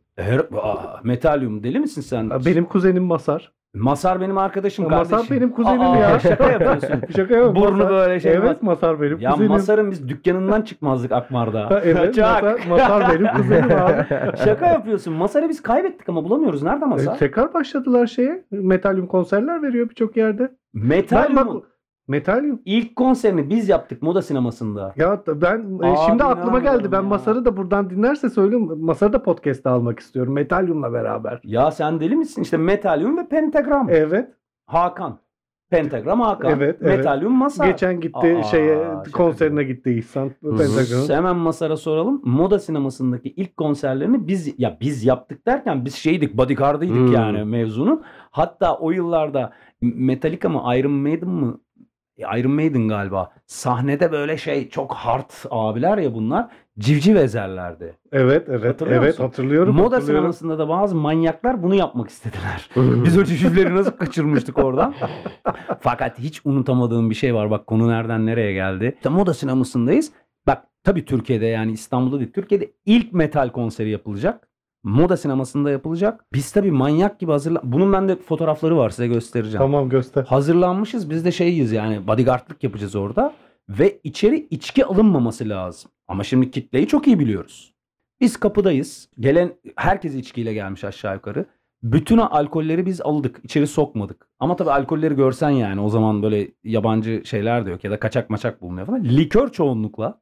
Metalyum deli misin sen? Benim kuzenim Masar. Masar benim arkadaşım Masar kardeşim. benim kuzenim Aa, ya. Şaka yapıyorsun. Şaka yok. Burnu Masar- böyle şey. Evet Masar benim Ya kuzenim. Masar'ın biz dükkanından çıkmazdık Akmar'da. Ha, evet Kaçak. Masar benim kuzenim abi. Şaka yapıyorsun. Masar'ı biz kaybettik ama bulamıyoruz. Nerede Masar? Tekrar başladılar şeye. Metalyum konserler veriyor birçok yerde. Ben Metalyum. bak Metalyum. İlk konserini biz yaptık Moda Sineması'nda. Ya ben Abi şimdi aklıma geldi. Ben inanamıyorum ya. Masar'ı da buradan dinlerse söyleyeyim. Masar'ı da podcast'te almak istiyorum. Metalyum'la beraber. Ya sen deli misin? İşte Metalyum ve Pentagram. Evet. Hakan. Pentagram Hakan. Evet. Metalyum Masar. Geçen gitti Şaka konserine gibi. gitti İhsan. Hı hı. Pentagon. Hemen Masar'a soralım. Moda Sineması'ndaki ilk konserlerini biz yaptık derken biz bodyguard'ıydık yani mevzunun. Hatta o yıllarda Metallica mı Iron Maiden mı? Iron Maiden galiba. Sahnede böyle çok hard abiler ya bunlar. Civciv ezerlerdi. Evet. Hatırlıyor Evet musun? hatırlıyorum. Moda hatırlıyorum. sinemasında da bazı manyaklar bunu yapmak istediler. Biz o civcivleri nasıl kaçırmıştık oradan. Fakat hiç unutamadığım bir şey var. Bak konu nereden nereye geldi. İşte moda sinemasındayız. Bak tabii Türkiye'de yani İstanbul'da değil. Türkiye'de ilk metal konseri yapılacak. Moda sinemasında yapılacak. Biz tabii manyak gibi bunun bende fotoğrafları var, size göstereceğim. Tamam göster. Hazırlanmışız. Biz de şeyiz yani, bodyguardlık yapacağız orada. Ve içeri içki alınmaması lazım. Ama şimdi kitleyi çok iyi biliyoruz. Biz kapıdayız. Gelen herkes içkiyle gelmiş aşağı yukarı. Bütün alkolleri biz aldık. İçeri sokmadık. Ama tabii alkolleri görsen yani, o zaman böyle yabancı şeyler de yok ya da kaçak maçak bulunuyor falan. Likör çoğunlukla.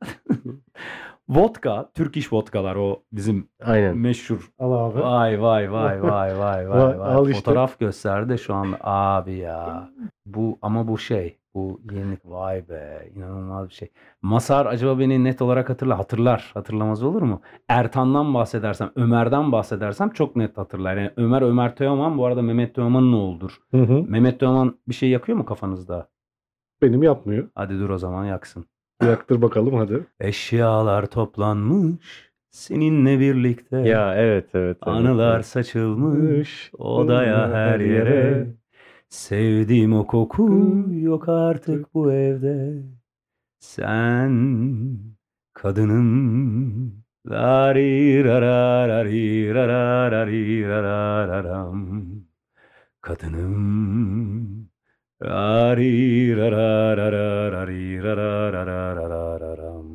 Vodka, Türk iş vodkalar, o bizim Aynen. meşhur. Al abi. Vay. Al işte. Fotoğraf gösterdi şu anda abi ya. Bu bu yenilik, vay be, inanılmaz bir şey. Masar acaba beni net olarak hatırlar. Hatırlamaz olur mu? Ertan'dan bahsedersem, Ömer'den bahsedersem çok net hatırlar. Yani Ömer Teoman bu arada Mehmet Teoman'ın oğludur. Hı hı. Mehmet Teoman bir şey yakıyor mu kafanızda? Benim yapmıyor. Hadi dur o zaman yaksın. Yaktır bakalım hadi. Eşyalar toplanmış seninle birlikte. Ya evet. Anılar saçılmış odaya, her yere. Sevdiğim o koku yok artık bu evde. Sen kadınım. Larirararariraram. Kadınım. Larirararariraram.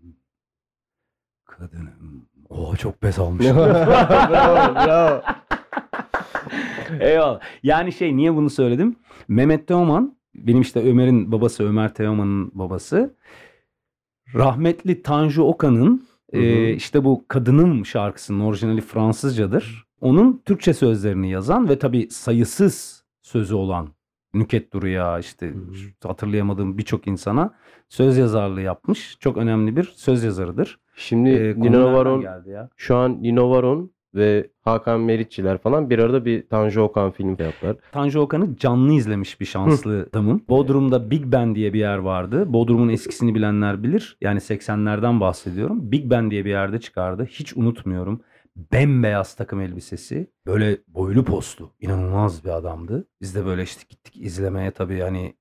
Kadınım. Çok pes olmuş. Bravo. Eyvallah. Yani niye bunu söyledim? Mehmet Teoman, benim işte Ömer'in babası, Ömer Teoman'ın babası. Rahmetli Tanju Okan'ın işte bu Kadınım şarkısının orijinali Fransızcadır. Onun Türkçe sözlerini yazan ve tabii sayısız sözü olan Nüket Duru'ya, işte hatırlayamadığım birçok insana söz yazarlığı yapmış. Çok önemli bir söz yazarıdır. Şimdi Konu Nino nereden Varon, geldi ya? şu an Nino Varon ve Hakan Meriççiler falan bir arada bir Tanju Okan filmi yaptılar. Tanju Okan'ı canlı izlemiş bir şanslı adamım. Bodrum'da Big Ben diye bir yer vardı. Bodrum'un eskisini bilenler bilir. Yani 80'lerden bahsediyorum. Big Ben diye bir yerde çıkardı. Hiç unutmuyorum. Bembeyaz takım elbisesi. Böyle boylu postlu. İnanılmaz bir adamdı. Biz de böyle işte gittik izlemeye tabii, hani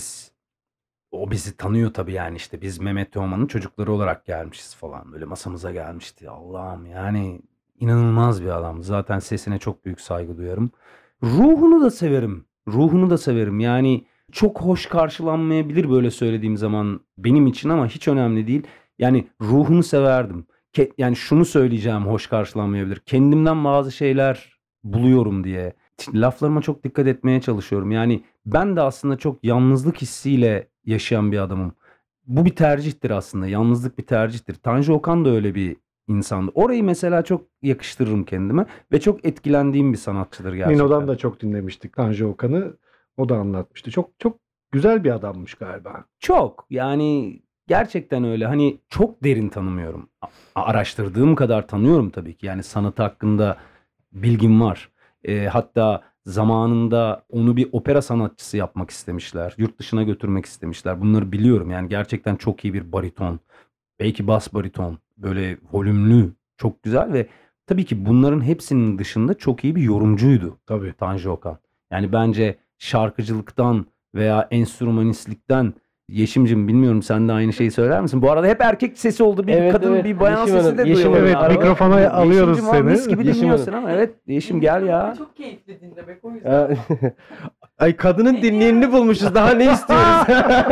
o bizi tanıyor tabii yani, işte biz Mehmet Teoman'ın çocukları olarak gelmişiz falan. Böyle masamıza gelmişti. Allah'ım yani inanılmaz bir adam. Zaten sesine çok büyük saygı duyarım. Ruhunu da severim. Yani çok hoş karşılanmayabilir böyle söylediğim zaman benim için, ama hiç önemli değil. Yani ruhunu severdim. Yani şunu söyleyeceğim, hoş karşılanmayabilir. Kendimden bazı şeyler buluyorum diye. Şimdi laflarıma çok dikkat etmeye çalışıyorum. Yani ben de aslında çok yalnızlık hissiyle yaşayan bir adamım. Bu bir tercihtir aslında. Yalnızlık bir tercihtir. Tanju Okan da öyle bir insandı. Orayı mesela çok yakıştırırım kendime ve çok etkilendiğim bir sanatçıdır gerçekten. Nino'dan da çok dinlemiştik Tanju Okan'ı. O da anlatmıştı. Çok güzel bir adammış galiba. Çok yani gerçekten öyle. Hani çok derin tanımıyorum. Araştırdığım kadar tanıyorum tabii ki. Yani sanatı hakkında bilgim var. Hatta zamanında onu bir opera sanatçısı yapmak istemişler. Yurt dışına götürmek istemişler. Bunları biliyorum. Yani gerçekten çok iyi bir bariton. Belki bas bariton. Böyle volümlü. Çok güzel ve tabii ki bunların hepsinin dışında çok iyi bir yorumcuydu Tabii. Tanju Okan. Yani bence şarkıcılıktan veya enstrümanistlikten, Yeşim'cim bilmiyorum, sen de aynı şeyi söyler misin? Bu arada hep erkek sesi oldu. Bir Evet, kadın evet. bir bayan Yeşim sesi Hanım, de Yeşim duyuyorum. Evet, Hanım. mikrofona alıyoruz Yeşim'cim abi, mis seni. gibi Yeşim dinliyorsun ama evet. Yeşim gel ya. Çok keyifli dinlemek o yüzden. Ay kadının dinleyenini bulmuşuz. Daha ne istiyoruz?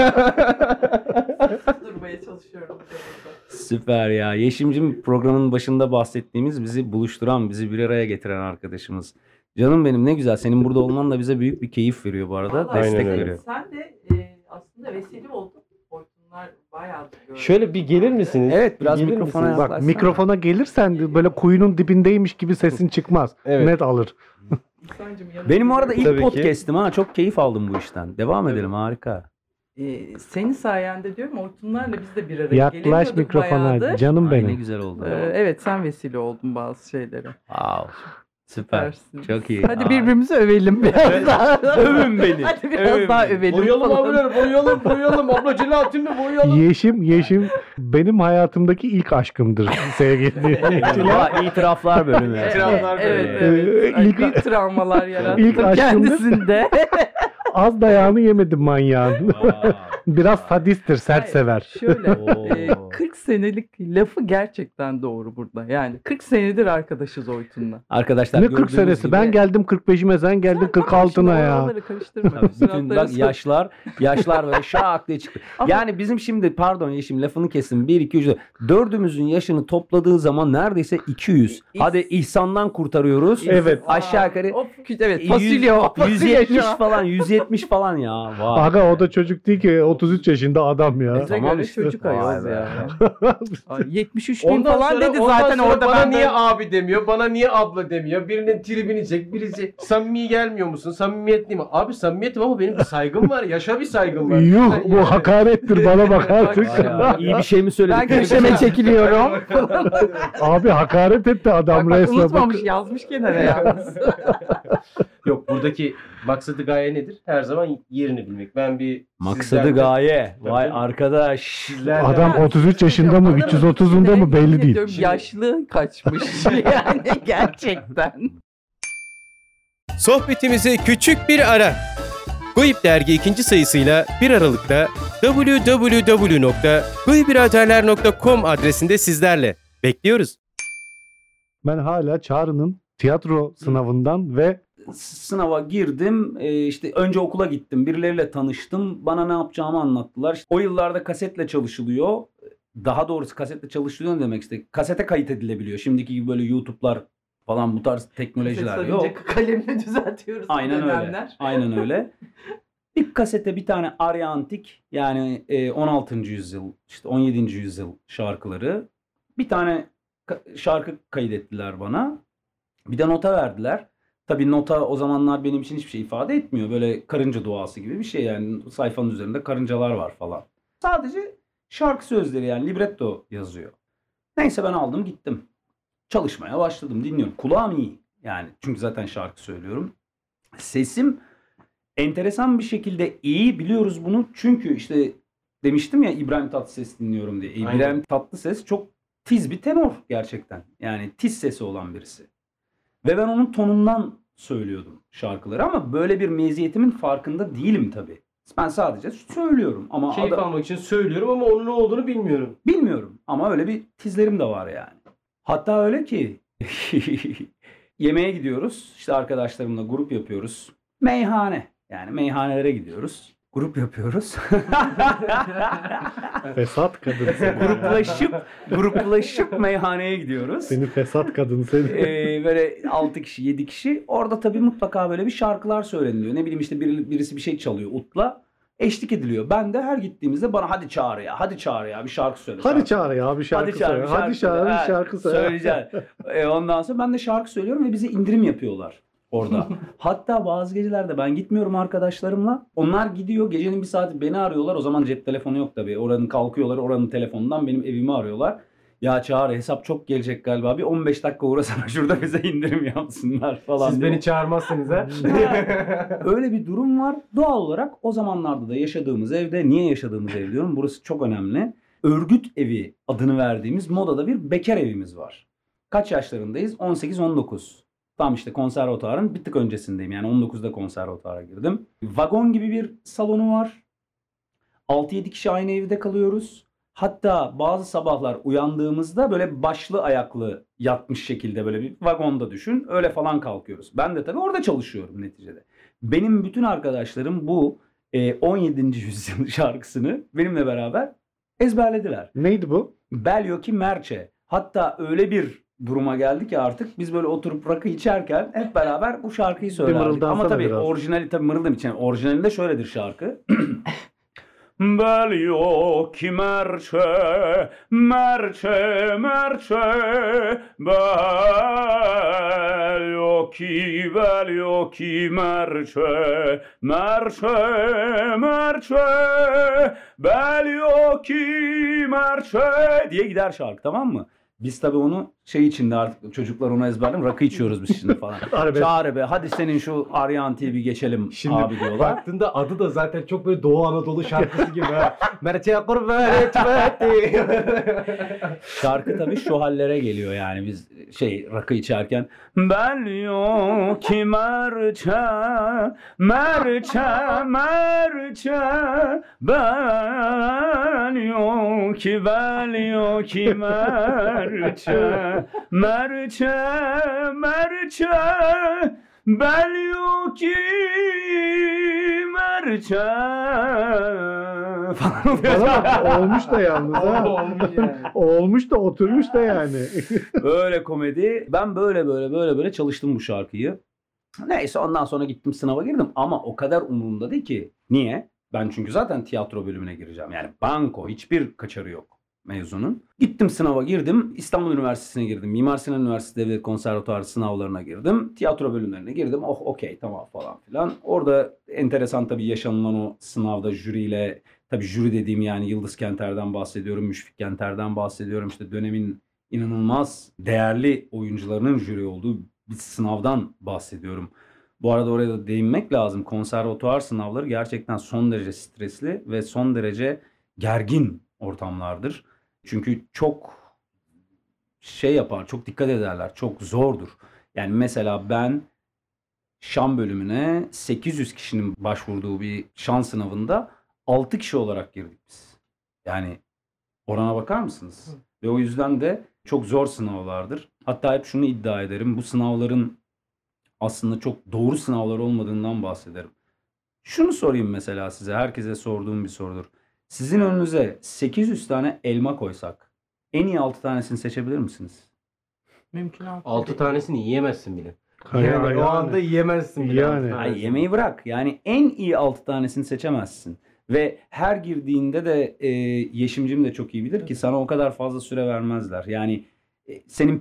Durmaya çalışıyorum. bu konuda. Süper ya. Yeşim'cim programın başında bahsettiğimiz, bizi buluşturan, bizi bir araya getiren arkadaşımız. Canım benim, ne güzel. Senin burada olman da bize büyük bir keyif veriyor bu arada. Vallahi Destek Aynen öyle. veriyor. Sen de aslında da vesile oldum. Oytunlar bayağı gördüm. Şöyle bir gelir misiniz? Evet, biraz Gelir mikrofona misiniz? Bak yaklaşsana. mikrofona gelirsen böyle kuyunun dibindeymiş gibi sesin çıkmaz. Evet. Net alır. İhsan'cığım yanına Benim bu arada ilk Tabii ki. podcast'im ha. Çok keyif aldım bu işten. Devam edelim, harika. Senin sayende diyorum oytunlarla biz de bir araya Yaklaş gelemiyorduk mikrofona bayağıdır. canım Ay, ne benim. güzel oldu. Evet sen vesile oldun bazı şeylere. Wow. Süper. Süpersin. Çok iyi. Hadi Aa. birbirimizi övelim biraz daha. Övün beni. Hadi biraz Övün daha beni. övelim Boyayalım falan. abiler, boyayalım. Abla Celatin'le boyayalım. Yeşim benim hayatımdaki ilk aşkımdır sevgili dinleyiciler. Aa, İtiraflar bölümü. İtiraflar Evet bölümü. evet. Ay, İlk- büyük travmalar yarattı İlk aşkımdır. kendisinde. Az dayağını yemedim manyağın. Biraz sadisttir, sert Hayır, sever. Şöyle Oo. 40 senelik lafı gerçekten doğru burada. Yani 40 senedir arkadaşız Oytun'la. Arkadaşlar Ne 40 gördüğünüz senesi? gibi- Ben geldim 45'ime, sen geldin 46'na ya. Oraları karıştırma. Tabii, bütün Suratları bak sor- yaşlar böyle şak diye çıktı. Ama- Yani bizim şimdi pardon Yeşim lafını kestim. 1 2 3 dördümüzün yaşını topladığı zaman neredeyse 200. Hadi İhsan'dan kurtarıyoruz. Evet. Aşağı yukarı Of, evet fasulye o. Fasulye 170 şu an. falan 170 falan ya. Vay. Aga o da çocuk değil ki 33 yaşında adam ya. Bize Tamam göre işte. çocuk Vay ayol be. ya. Ay, 73 bin Ondan falan sonra, dedi ondan zaten sonra orada bana ben niye de. abi demiyor, bana niye abla demiyor. Birinin tribini çek, birisi samimi gelmiyor musun? Samimiyetli mi? Abi samimiyetim ama benim bir saygım var. Yaşa bir saygım var. Yuh Sen bu yani- hakarettir bana bak artık. Vay ya, İyi bir şey mi söyledik? Ben köşeme çekiliyorum. Abi hakaret etti adam Bak, resmen. unutmamış yazmış kenara yalnız. Yok buradaki maksadı gaye nedir? Her zaman yerini bilmek. Ben bir Maksadı sizlerle- gaye. Vay Tabii. arkadaş. Sizlerle- Adam 33 yaşında mı 330'unda mı belli değil. Diyorum, yaşlı kaçmış yani gerçekten. Sohbetimize küçük bir ara. Goyip Dergi 2. sayısıyla 1 Aralık'ta www.goybiraderler.com adresinde sizlerle. Bekliyoruz. Ben hala Çağrı'nın tiyatro sınavından ve Sınava girdim. İşte önce okula gittim. Birileriyle tanıştım. Bana ne yapacağımı anlattılar. İşte o yıllarda kasetle çalışılıyor. Daha doğrusu kasetle çalışılıyor ne demek işte. Kasete kayıt edilebiliyor. Şimdiki gibi böyle YouTube'lar falan bu tarz teknolojiler yok. Kalemle düzeltiyoruz. Aynen öyle. Aynen öyle. Bir kasete bir tane Arya Antik yani 16. yüzyıl işte 17. yüzyıl şarkıları. Bir tane şarkı kaydettiler bana. Bir de nota verdiler. Tabii nota o zamanlar benim için hiçbir şey ifade etmiyor. Böyle karınca duası gibi bir şey yani sayfanın üzerinde karıncalar var falan. Sadece şarkı sözleri yani libretto yazıyor. Neyse ben aldım gittim. Çalışmaya başladım dinliyorum. Kulağım iyi yani çünkü zaten şarkı söylüyorum. Sesim enteresan bir şekilde iyi biliyoruz bunu. Çünkü işte demiştim ya İbrahim Tatlıses dinliyorum diye. Aynen. İbrahim Tatlıses çok tiz bir tenor gerçekten. Yani tiz sesi olan birisi. Ve ben onun tonundan söylüyordum şarkıları ama böyle bir meziyetimin farkında değilim tabii. Ben sadece söylüyorum ama Keyif almak için söylüyorum ama onun ne olduğunu bilmiyorum. bilmiyorum ama öyle bir tizlerim de var yani. Hatta öyle ki yemeğe gidiyoruz. İşte arkadaşlarımla grup yapıyoruz. Meyhane. Yani meyhanelere gidiyoruz. Grup yapıyoruz. fesat kadın seni. gruplaşıp meyhaneye gidiyoruz. Seni fesat kadın seni. Böyle 6 kişi 7 kişi orada tabii mutlaka böyle bir şarkılar söyleniliyor. Ne bileyim işte birisi bir şey çalıyor utla. Eşlik ediliyor. Ben de her gittiğimizde bana hadi Çağrı ya bir şarkı söyle. Hadi Çağrı ya bir şarkı söyle. Hadi Çağrı bir şarkı söyle. Söyleyeceğim. Ondan sonra ben de şarkı söylüyorum ve bize indirim yapıyorlar orada. Hatta bazı gecelerde ben gitmiyorum arkadaşlarımla. Onlar gidiyor. Gecenin bir saati beni arıyorlar. O zaman cep telefonu yok tabii. Oranın kalkıyorlar. Oranın telefonundan benim evimi arıyorlar. Ya Çağrı hesap çok gelecek galiba. Bir 15 dakika uğrasana şurada bize indirim yapsınlar falan. Siz diye. beni çağırmazsınız ha. Öyle bir durum var. Doğal olarak o zamanlarda da yaşadığımız evde, niye yaşadığımız ev diyorum. Burası çok önemli. Örgüt evi adını verdiğimiz modada bir bekar evimiz var. Kaç yaşlarındayız? 18-19. Tam işte konservatuarın bir tık öncesindeyim. Yani 19'da konservatuara girdim. Vagon gibi bir salonu var. 6-7 kişi aynı evde kalıyoruz. Hatta bazı sabahlar uyandığımızda böyle başlı ayaklı yatmış şekilde böyle bir vagonda düşün. Öyle falan kalkıyoruz. Ben de tabii orada çalışıyorum neticede. Benim bütün arkadaşlarım bu 17. yüzyıl şarkısını benimle beraber ezberlediler. Neydi bu? Belyoki Merçe. Hatta öyle bir duruma geldi ki artık biz böyle oturup rakı içerken hep beraber bu şarkıyı söylerdik. mırıldansana Ama tabii biraz. orijinali tabii mırıldım için. Orijinalinde şöyledir şarkı. bel yok ki merçe, merçe, merçe, bel yok ki, bel yok ki merçe, merçe, merçe, bel yok ki merçe diye gider şarkı, tamam mı? Biz tabii onu şey içinde artık çocuklar onu ezberledim. Rakı içiyoruz biz şimdi falan. Çağrı be hadi senin şu Aryan TV geçelim Şimdi abi diyorlar. baktığında adı da zaten çok böyle Doğu Anadolu şarkısı gibi ha. Merçe kurban etmedi. Şarkı tabii şu hallere geliyor yani biz rakı içerken. Bel yok ki merçe, merçe, merçe, bel yok ki, bel yok ki merçe, merçe, merçe, bel yok ki merçe falan. Bana olmuş da yalnız ha. Olmuş yani. Olmuş da oturmuş da yani. Böyle komedi. Ben böyle çalıştım bu şarkıyı. Neyse ondan sonra gittim sınava girdim ama o kadar umurumda değil ki. Niye? Ben çünkü zaten tiyatro bölümüne gireceğim. Yani banko, hiçbir kaçarı yok mezunun. Gittim sınava girdim. İstanbul Üniversitesi'ne girdim. Mimar Sinan Üniversitesi Devlet Konservatuarı sınavlarına girdim. Tiyatro bölümlerine girdim. Oh okey tamam falan filan. Orada enteresan tabii yaşanılan o sınavda jüriyle, tabii jüri dediğim yani Yıldız Kenter'den bahsediyorum, Müşfik Kenter'den bahsediyorum. İşte dönemin inanılmaz değerli oyuncularının jüri olduğu bir sınavdan bahsediyorum. Bu arada oraya da değinmek lazım. Konservatuar sınavları gerçekten son derece stresli ve son derece gergin ortamlardır. Çünkü çok yapar, çok dikkat ederler, çok zordur. Yani mesela ben şan bölümüne 800 kişinin başvurduğu bir şan sınavında 6 kişi olarak girdik biz. Yani orana bakar mısınız? Ve o yüzden de çok zor sınavlardır. Hatta hep şunu iddia ederim. Bu sınavların aslında çok doğru sınavlar olmadığından bahsederim. Şunu sorayım mesela size. Herkese sorduğum bir sorudur. Sizin önünüze 800 tane elma koysak en iyi 6 tanesini seçebilir misiniz? Mümkün 6 tanesini yiyemezsin bile. Yani, o anda yiyemezsin bile. Yani. 6 tanesini. Ay, yemeği bırak. Yani en iyi 6 tanesini seçemezsin. Ve her girdiğinde de Yeşimcim de çok iyi bilir ki sana o kadar fazla süre vermezler. Yani senin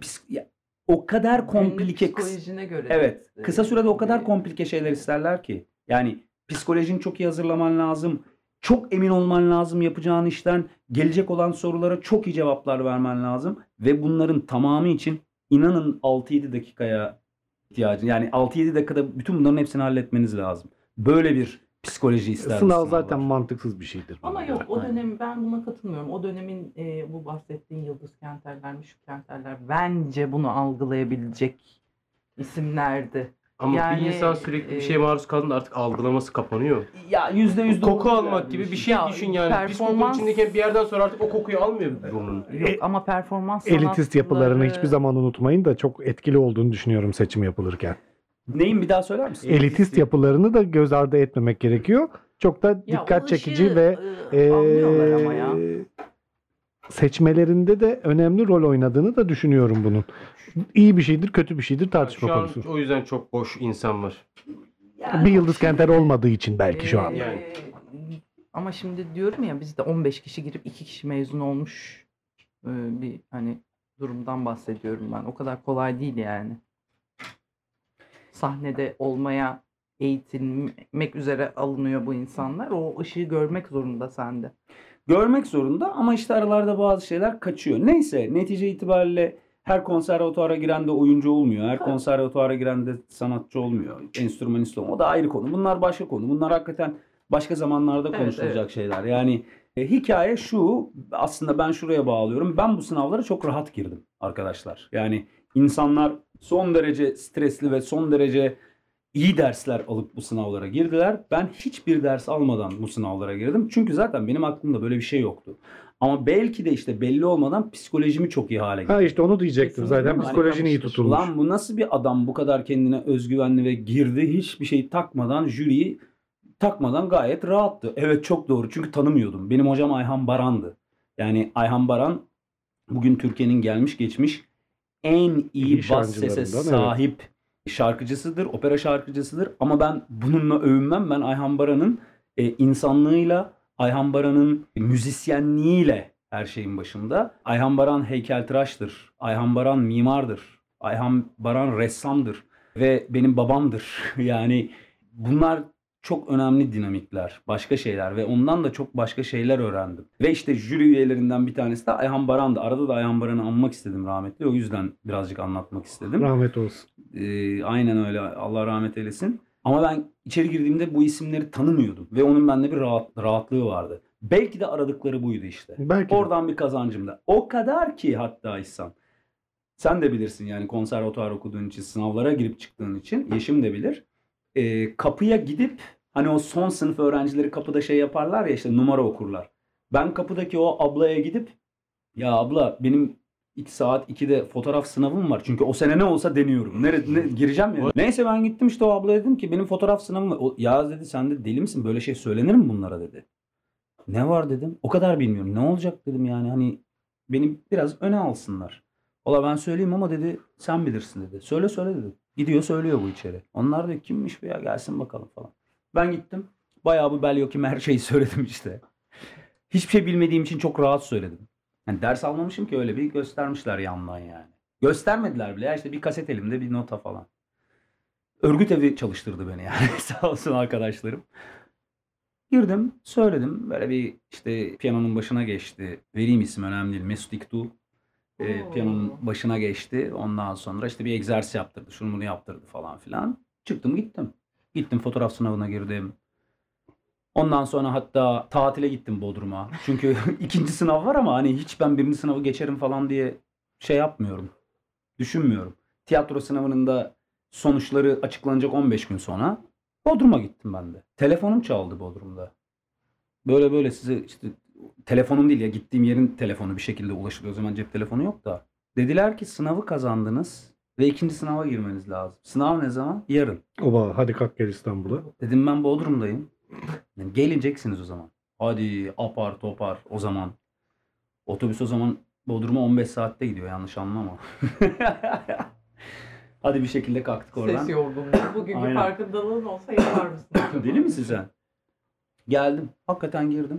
o kadar komplike psikolojine göre. evet, kısa sürede o kadar komplike şeyler isterler ki. Yani psikolojini çok iyi hazırlaman lazım. Çok emin olman lazım yapacağın işten. Gelecek olan sorulara çok iyi cevaplar vermen lazım. Ve bunların tamamı için inanın 6-7 dakikaya ihtiyacın. Yani 6-7 dakikada bütün bunların hepsini halletmeniz lazım. Böyle bir psikoloji ister. Sınav zaten mantıksız bir şeydir. Ama yok o dönem ben buna katılmıyorum. O dönemin bu bahsettiğin Yıldız Kenterler, Müşfik Kenterler bence bunu algılayabilecek isimlerdi. Ama Yani, bir insan sürekli bir şeye maruz kaldığında artık algılaması kapanıyor. Ya %100 Koku almak gibi bir şey Ya, düşün yani. Pis koku içindeyken bir yerden sonra artık o kokuyu almıyor burnun. Yok ama performans Elitist yapılarını sanatçıları- hiçbir zaman unutmayın da çok etkili olduğunu düşünüyorum seçim yapılırken. Neyin bir daha söyler misin? Elitist yapılarını da göz ardı etmemek gerekiyor. Çok da Ya dikkat o çekici ışığı, ve anlıyorlar ama ya. seçmelerinde de önemli rol oynadığını da düşünüyorum bunun. İyi bir şeydir, kötü bir şeydir tartışma Şu an konusu. o yüzden çok boş insan var. Bir Yıldız Kenter olmadığı için belki şu an. Yani. Ama şimdi diyorum ya bizde 15 kişi girip 2 kişi mezun olmuş bir hani durumdan bahsediyorum ben. O kadar kolay değil yani. Sahnede olmaya eğitilmek üzere alınıyor bu insanlar. O ışığı görmek zorunda sende. Görmek zorunda ama işte aralarda bazı şeyler kaçıyor. Neyse netice itibariyle her konservatuara giren de oyuncu olmuyor. Her konservatuara giren de sanatçı olmuyor. Enstrümanist olmuyor. O da ayrı konu. Bunlar başka konu. Bunlar hakikaten başka zamanlarda konuşulacak şeyler. Yani hikaye şu, aslında ben şuraya bağlıyorum. Ben bu sınavlara çok rahat girdim arkadaşlar. Yani insanlar son derece stresli ve son derece iyi dersler alıp bu sınavlara girdiler. Ben hiçbir ders almadan bu sınavlara girdim. Çünkü zaten benim aklımda böyle bir şey yoktu. Ama belki de işte belli olmadan psikolojimi çok iyi hale getirdim. Ha işte onu diyecektim zaten. Kesinlikle. Psikolojin iyi tutulmuş. Ulan bu nasıl bir adam, bu kadar kendine özgüvenli ve girdi, hiçbir şey takmadan, jüriyi takmadan gayet rahattı. Evet çok doğru, çünkü tanımıyordum. Benim hocam Ayhan Baran'dı. Yani Ayhan Baran bugün Türkiye'nin gelmiş geçmiş en iyi bas sese sahip şarkıcısıdır, opera şarkıcısıdır. Ama ben bununla övünmem. Ben Ayhan Baran'ın insanlığıyla, Ayhan Baran'ın müzisyenliğiyle her şeyin başında. Ayhan Baran heykeltıraştır. Ayhan Baran mimardır. Ayhan Baran ressamdır. Ve benim babamdır. Yani bunlar çok önemli dinamikler, başka şeyler ve ondan da çok başka şeyler öğrendim. Ve işte jüri üyelerinden bir tanesi de Ayhan Baran'dı. Arada da Ayhan Baran'ı anmak istedim rahmetli. O yüzden birazcık anlatmak istedim. Rahmet olsun. Aynen öyle. Allah rahmet eylesin. Ama ben içeri girdiğimde bu isimleri tanımıyordum. Ve onun bende bir rahatlığı vardı. Belki de aradıkları buydu işte. Belki de. Oradan bir kazancım da. O kadar ki hatta İhsan. Sen de bilirsin yani konservatuvar okuduğun için, sınavlara girip çıktığın için. Yeşim de bilir. Kapıya gidip hani o son sınıf öğrencileri kapıda şey yaparlar ya işte numara okurlar. Ben kapıdaki o ablaya gidip ya abla benim 2 saat 2'de fotoğraf sınavım var. Çünkü o sene ne olsa deniyorum. Gireceğim ya. Neyse ben gittim işte o ablaya dedim ki benim fotoğraf sınavım var. Ya dedi sen de deli misin? Böyle şey söylenir mi bunlara dedi. Ne var dedim. O kadar bilmiyorum. Ne olacak dedim yani hani beni biraz öne alsınlar. Ola ben söyleyeyim ama dedi sen bilirsin dedi. Söyle dedi. Gidiyor söylüyor bu içeri. Onlar da kimmiş bu ya gelsin bakalım falan. Ben gittim. Bayağı bu bel yok her şeyi söyledim işte. Hiçbir şey bilmediğim için çok rahat söyledim. Yani ders almamışım ki öyle bir göstermişler yandan yani. Göstermediler bile ya işte bir kaset elimde bir nota falan. Örgüt evi çalıştırdı beni yani sağ olsun arkadaşlarım. Girdim söyledim böyle bir işte piyanonun başına geçti. Vereyim isim önemli değil Mesut İktu. Piyanonun başına geçti. Ondan sonra işte bir egzersiz yaptırdı. Şunu bunu yaptırdı falan filan. Çıktım gittim. Gittim fotoğraf sınavına girdim. Ondan sonra hatta tatile gittim Bodrum'a. Çünkü ikinci sınav var ama hani hiç ben birinci sınavı geçerim falan diye şey yapmıyorum. Düşünmüyorum. Tiyatro sınavının da sonuçları açıklanacak 15 gün sonra Bodrum'a gittim ben de. Telefonum çaldı Bodrum'da. Böyle size işte telefonum değil ya gittiğim yerin telefonu bir şekilde ulaşılıyor. O zaman cep telefonu yok da. Dediler ki sınavı kazandınız ve ikinci sınava girmeniz lazım. Sınav ne zaman? Yarın. Oba hadi kalk gel İstanbul'a. Dedim ben Bodrum'dayım. Yani gelineceksiniz o zaman. Hadi apar topar o zaman. Otobüs o zaman Bodrum'a 15 saatte gidiyor yanlış anlama. Hadi bir şekilde kalktık oradan. Ses yorgunluğu. Bugün bir Aynen. farkındalığın olsa yapar mısın? Deli misin sen? Geldim. Hakikaten girdim.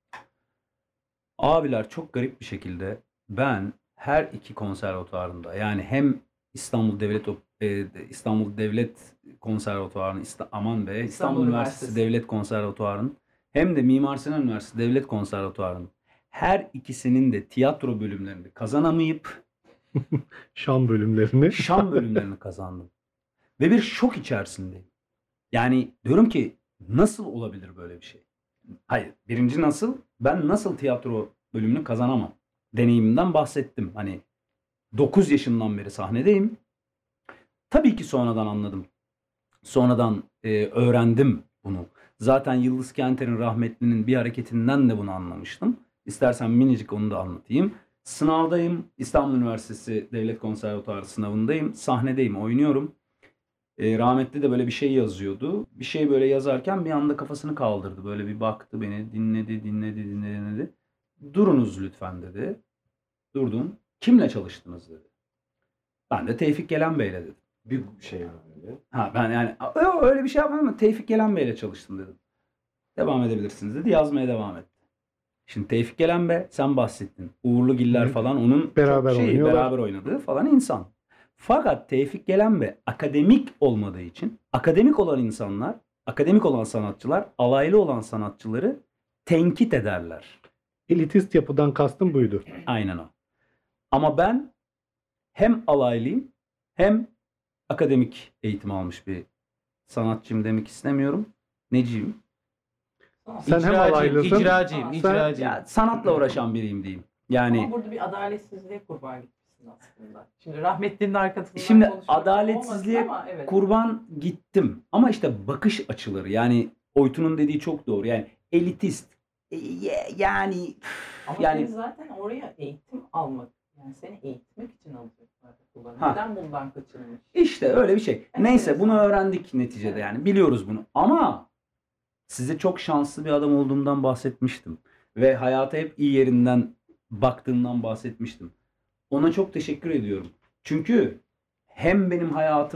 Abiler çok garip bir şekilde ben her iki konservatuvarında yani hem İstanbul Devlet Konservatuvarı'nın İstanbul Üniversitesi Devlet Konservatuvarı'nın hem de Mimar Sinan Üniversitesi Devlet Konservatuvarı'nın her ikisinin de tiyatro bölümlerini kazanamayıp Şan bölümlerini. Şan bölümlerini kazandım. Ve bir şok içerisindeyim. Yani diyorum ki nasıl olabilir böyle bir şey? Hayır. Birinci nasıl? Ben nasıl tiyatro bölümünü kazanamam? Deneyimimden bahsettim. Hani 9 yaşından beri sahnedeyim. Tabii ki sonradan anladım. Sonradan öğrendim bunu. Zaten Yıldız Kenter'in rahmetlinin bir hareketinden de bunu anlamıştım. İstersen minicik onu da anlatayım. Sınavdayım. İstanbul Üniversitesi Devlet Konservatuarı sınavındayım. Sahnedeyim, oynuyorum. Rahmetli de böyle bir şey yazıyordu. Bir şey böyle yazarken bir anda kafasını kaldırdı. Böyle bir baktı beni, dinledi. Durunuz lütfen dedi. Durdum. Kimle çalıştınız dedi. Ben de Tevfik Gelen Bey'le dedim. Bir şey var böyle. Ha ben yani öyle bir şey yapmadım ama Tevfik Gelen Bey'le çalıştım dedim. Devam edebilirsiniz dedi. Yazmaya devam etti. Şimdi Tevfik Gelen Bey sen bahsettin. Uğurlu Giller falan onun beraber oynadığı falan insan. Fakat Tevfik Gelen Bey akademik olmadığı için akademik olan insanlar, akademik olan sanatçılar alaylı olan sanatçıları tenkit ederler. Elitist yapıdan kastım buydu. Aynen o. Ama ben hem alaylıyım hem akademik eğitim almış bir sanatçıyım demek istemiyorum. Neciyim? Sen hem alaylısın. İcracıyım. Ya, sanatla uğraşan biriyim diyeyim. Yani Ama burada bir adaletsizliğe kurban gitmişsin aslında. Şimdi rahmetlinin arkasından şimdi konuşmak adaletsizliğe olmasın ama evet. kurban gittim. Ama işte bakış açıları yani Oytun'un dediği çok doğru. Yani elitist. Yani Ama yani seni zaten oraya eğitim almak, yani seni eğitmek için alacaklar okullar. Ha. Neden bundan kaçınmış? İşte öyle bir şey. Evet, Neyse evet. bunu öğrendik neticede yani. Biliyoruz bunu. Ama size çok şanslı bir adam olduğumdan bahsetmiştim. Ve hayata hep iyi yerinden baktığımdan bahsetmiştim. Ona çok teşekkür ediyorum. Çünkü hem benim hayatım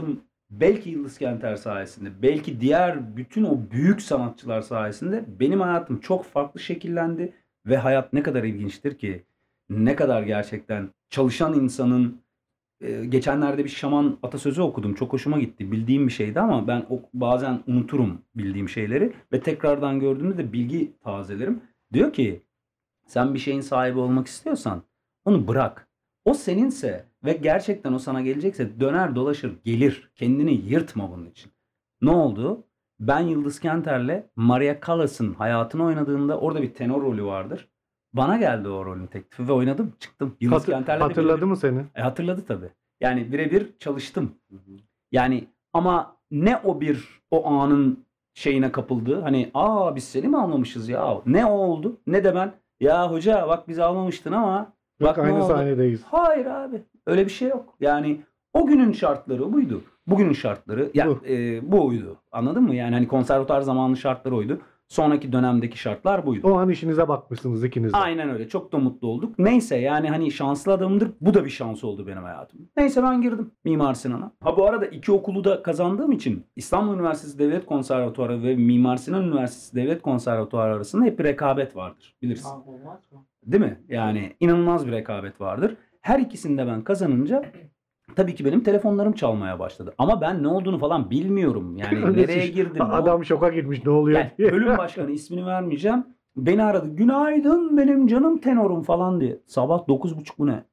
belki Yıldız Kenter sayesinde, belki diğer bütün o büyük sanatçılar sayesinde benim hayatım çok farklı şekillendi ve hayat ne kadar ilginçtir ki, ne kadar gerçekten çalışan insanın, geçenlerde bir şaman atasözü okudum. Çok hoşuma gitti. Bildiğim bir şeydi ama ben bazen unuturum bildiğim şeyleri ve tekrardan gördüğümde de bilgi tazelerim. Diyor ki, sen bir şeyin sahibi olmak istiyorsan onu bırak. O seninse ve gerçekten o sana gelecekse döner dolaşır gelir. Kendini yırtma bunun için. Ne oldu? Ben Yıldız Kenter'le Maria Callas'ın hayatını oynadığımda orada bir tenor rolü vardır. Bana geldi o rolün teklifi ve oynadım, çıktım. Yıldız Kenter'le Hatırladı mı seni? Hatırladı tabii. Yani birebir çalıştım. Yani ama ne o anın şeyine kapıldı. Hani biz seni mi almamışız ya? Ne o oldu? Ne de ben ya hoca bak bizi almamıştın ama bak Yok, ne aynı oldu? sahnedeyiz. Hayır abi. Öyle bir şey yok. Yani o günün şartları buydu. Bugünün şartları buydu. Anladın mı? Yani hani konservatuar zamanının şartları oydu. Sonraki dönemdeki şartlar buydu. O an işinize bakmışsınız ikiniz de. Aynen öyle. Çok da mutlu olduk. Neyse yani hani şanslı adamımdır. Bu da bir şans oldu benim hayatım. Neyse ben girdim Mimar Sinan'a. Bu arada 2 okulu da kazandığım için İstanbul Üniversitesi Devlet Konservatuarı ve Mimar Sinan Üniversitesi Devlet Konservatuarı arasında hep bir rekabet vardır. Bilirsin. Olmaz mı? Değil mi? Yani inanılmaz bir rekabet vardır. Her ikisini de ben kazanınca tabii ki benim telefonlarım çalmaya başladı. Ama ben ne olduğunu falan bilmiyorum. Yani nereye girdim? Adam şoka girmiş, ne oluyor Yani diye. bölüm başkanı, ismini vermeyeceğim. Beni aradı. Günaydın benim canım tenorum falan diye. Sabah 9.30 bu ne?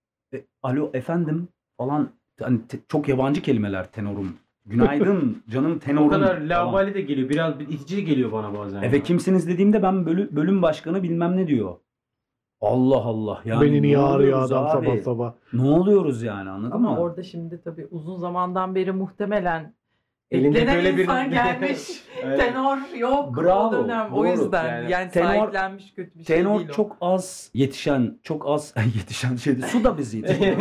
Alo efendim falan. Hani çok yabancı kelimeler tenorum. Günaydın canım tenorum. O kadar falan. laubali de geliyor. Biraz itici geliyor bana bazen. Ve kimsiniz dediğimde ben bölüm başkanı bilmem ne diyor. Allah Allah. Yani Beni niye ne arıyor oluyoruz adam abi? sabah sabah? Ne oluyoruz yani, anladın Ama mı? orada şimdi tabii uzun zamandan beri muhtemelen Elinde eklenen böyle bir- insan gelmiş. Evet. Tenor yok Bravo, o dönem. O doğru. yüzden Yani yani tenor- sahiplenmiş kötü bir şey Tenor değil o. çok az yetişen, çok az yetişen şeydi. Su da bizi yetişiyor.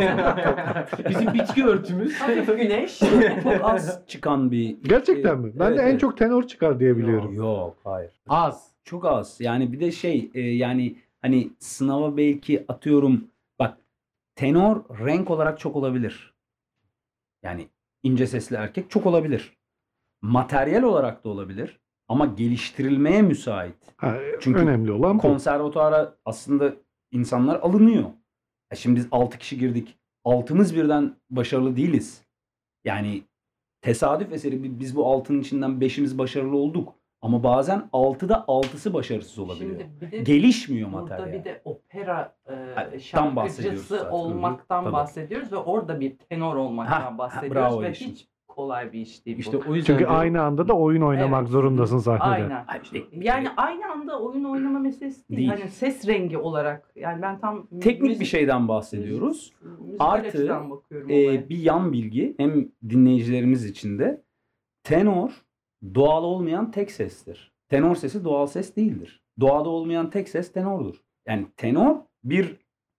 Bizim bitki örtümüz. Hafif güneş. Çok az çıkan bir... Gerçekten mi? Ben Evet, de en evet. çok tenor çıkar diye biliyorum. Yok, hayır. Az. Çok az. Yani bir de yani hani sınava belki atıyorum, bak tenor renk olarak çok olabilir. Yani ince sesli erkek çok olabilir. Materyal olarak da olabilir. Ama geliştirilmeye müsait. Ha, Çünkü önemli olan bu. Konservatuara aslında insanlar alınıyor. Şimdi biz 6 kişi girdik. 6'mız birden başarılı değiliz. Yani tesadüf eseri biz bu 6'nın içinden 5'imiz başarılı olduk. Ama bazen 6'da 6'sı başarısız olabiliyor. Şimdi bir de Gelişmiyor burada materyal. bir de opera Tam bahsediyoruz şarkıcısı zaten. olmaktan Tabii. bahsediyoruz ve orada bir tenor olmaktan bahsediyoruz bravo ve Yeşim. hiç kolay bir iş değil İşte bu. o yüzden Çünkü de- aynı anda da oyun oynamak Evet. zorundasın sahnede. Aynen. Ay işte- Yani aynı anda oyun oynama meselesi değil. Değil. Hani ses rengi olarak. Yani ben tam Teknik bir şeyden bahsediyoruz. müzikal Artı, açıdan bakıyorum olaya. Bir yan bilgi hem dinleyicilerimiz için de, tenor doğal olmayan tek sestir. Tenor sesi doğal ses değildir. Doğada olmayan tek ses tenordur. Yani tenor bir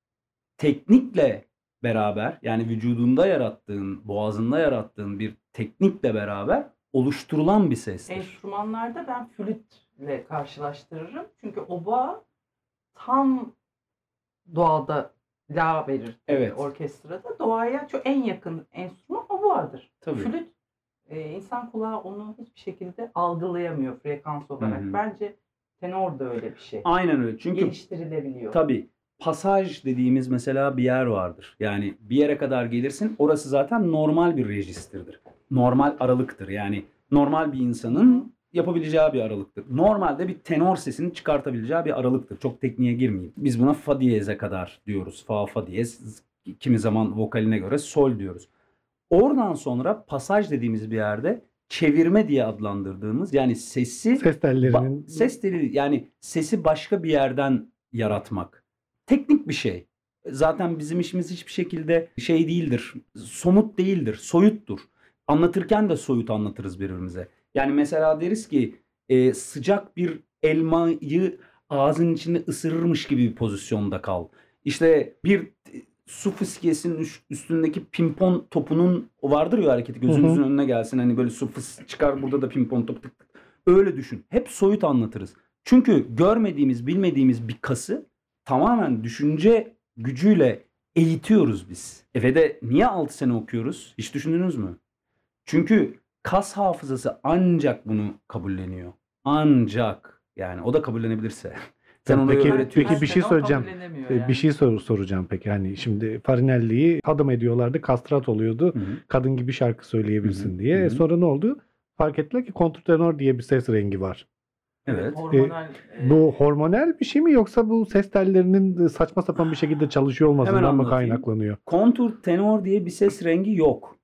teknikle beraber, yani vücudunda yarattığın, boğazında yarattığın bir teknikle beraber oluşturulan bir sestir. Enstrümanlarda ben flütle karşılaştırırım. Çünkü oboa tam doğada la verir. Evet. Orkestrada. Doğaya çok en yakın enstrüman oboadır. Tabii. Flüt insan kulağı onu hiçbir şekilde algılayamıyor frekans olarak. Hı hı. Bence tenor da öyle bir şey. Aynen öyle. Çünkü Geliştirilebiliyor. tabii pasaj dediğimiz mesela bir yer vardır. Yani bir yere kadar gelirsin. Orası zaten normal bir rejisterdir. Normal aralıktır. Yani normal bir insanın yapabileceği bir aralıktır. Normalde bir tenor sesini çıkartabileceği bir aralıktır. Çok tekniğe girmeyeyim. Biz buna fa diyeze kadar diyoruz. Fa diyez. Kimi zaman vokaline göre sol diyoruz. Oradan sonra pasaj dediğimiz bir yerde çevirme diye adlandırdığımız, yani sesi Ses tellerinin ses teli, yani sesi başka bir yerden yaratmak. Teknik bir şey. Zaten bizim işimiz hiçbir şekilde şey değildir. Somut değildir. Soyuttur. Anlatırken de soyut anlatırız birbirimize. Yani mesela deriz ki sıcak bir elmayı ağzın içinde ısırırmış gibi bir pozisyonda kal. İşte bir su fıskiyesinin üstündeki pimpon topunun, o vardır ya hareketi, gözünüzün önüne gelsin. Hani böyle su çıkar, burada da pimpon topu tık tık. Öyle düşün. Hep soyut anlatırız. Çünkü görmediğimiz, bilmediğimiz bir kası tamamen düşünce gücüyle eğitiyoruz biz. Ve de niye 6 sene okuyoruz? Hiç düşündünüz mü? Çünkü kas hafızası ancak bunu kabulleniyor. Ancak yani o da kabullenebilirse. Sen onu Peki, öğretiyorsun. peki bir şey Tenor söyleyeceğim. kabullenemiyor Bir yani. şey soracağım peki. Hani şimdi Farinelli'yi hadım ediyorlardı. Kastrat oluyordu. Hı hı. Kadın gibi şarkı söyleyebilsin Hı hı. diye. Hı hı. Sonra ne oldu? Fark ettiler ki kontrtenor diye bir ses rengi var. Evet. Hormonal, Bu hormonal bir şey mi yoksa bu ses tellerinin saçma sapan bir şekilde çalışıyor Hemen olmasından mı anlatayım. kaynaklanıyor? Kontur tenor diye bir ses rengi yok.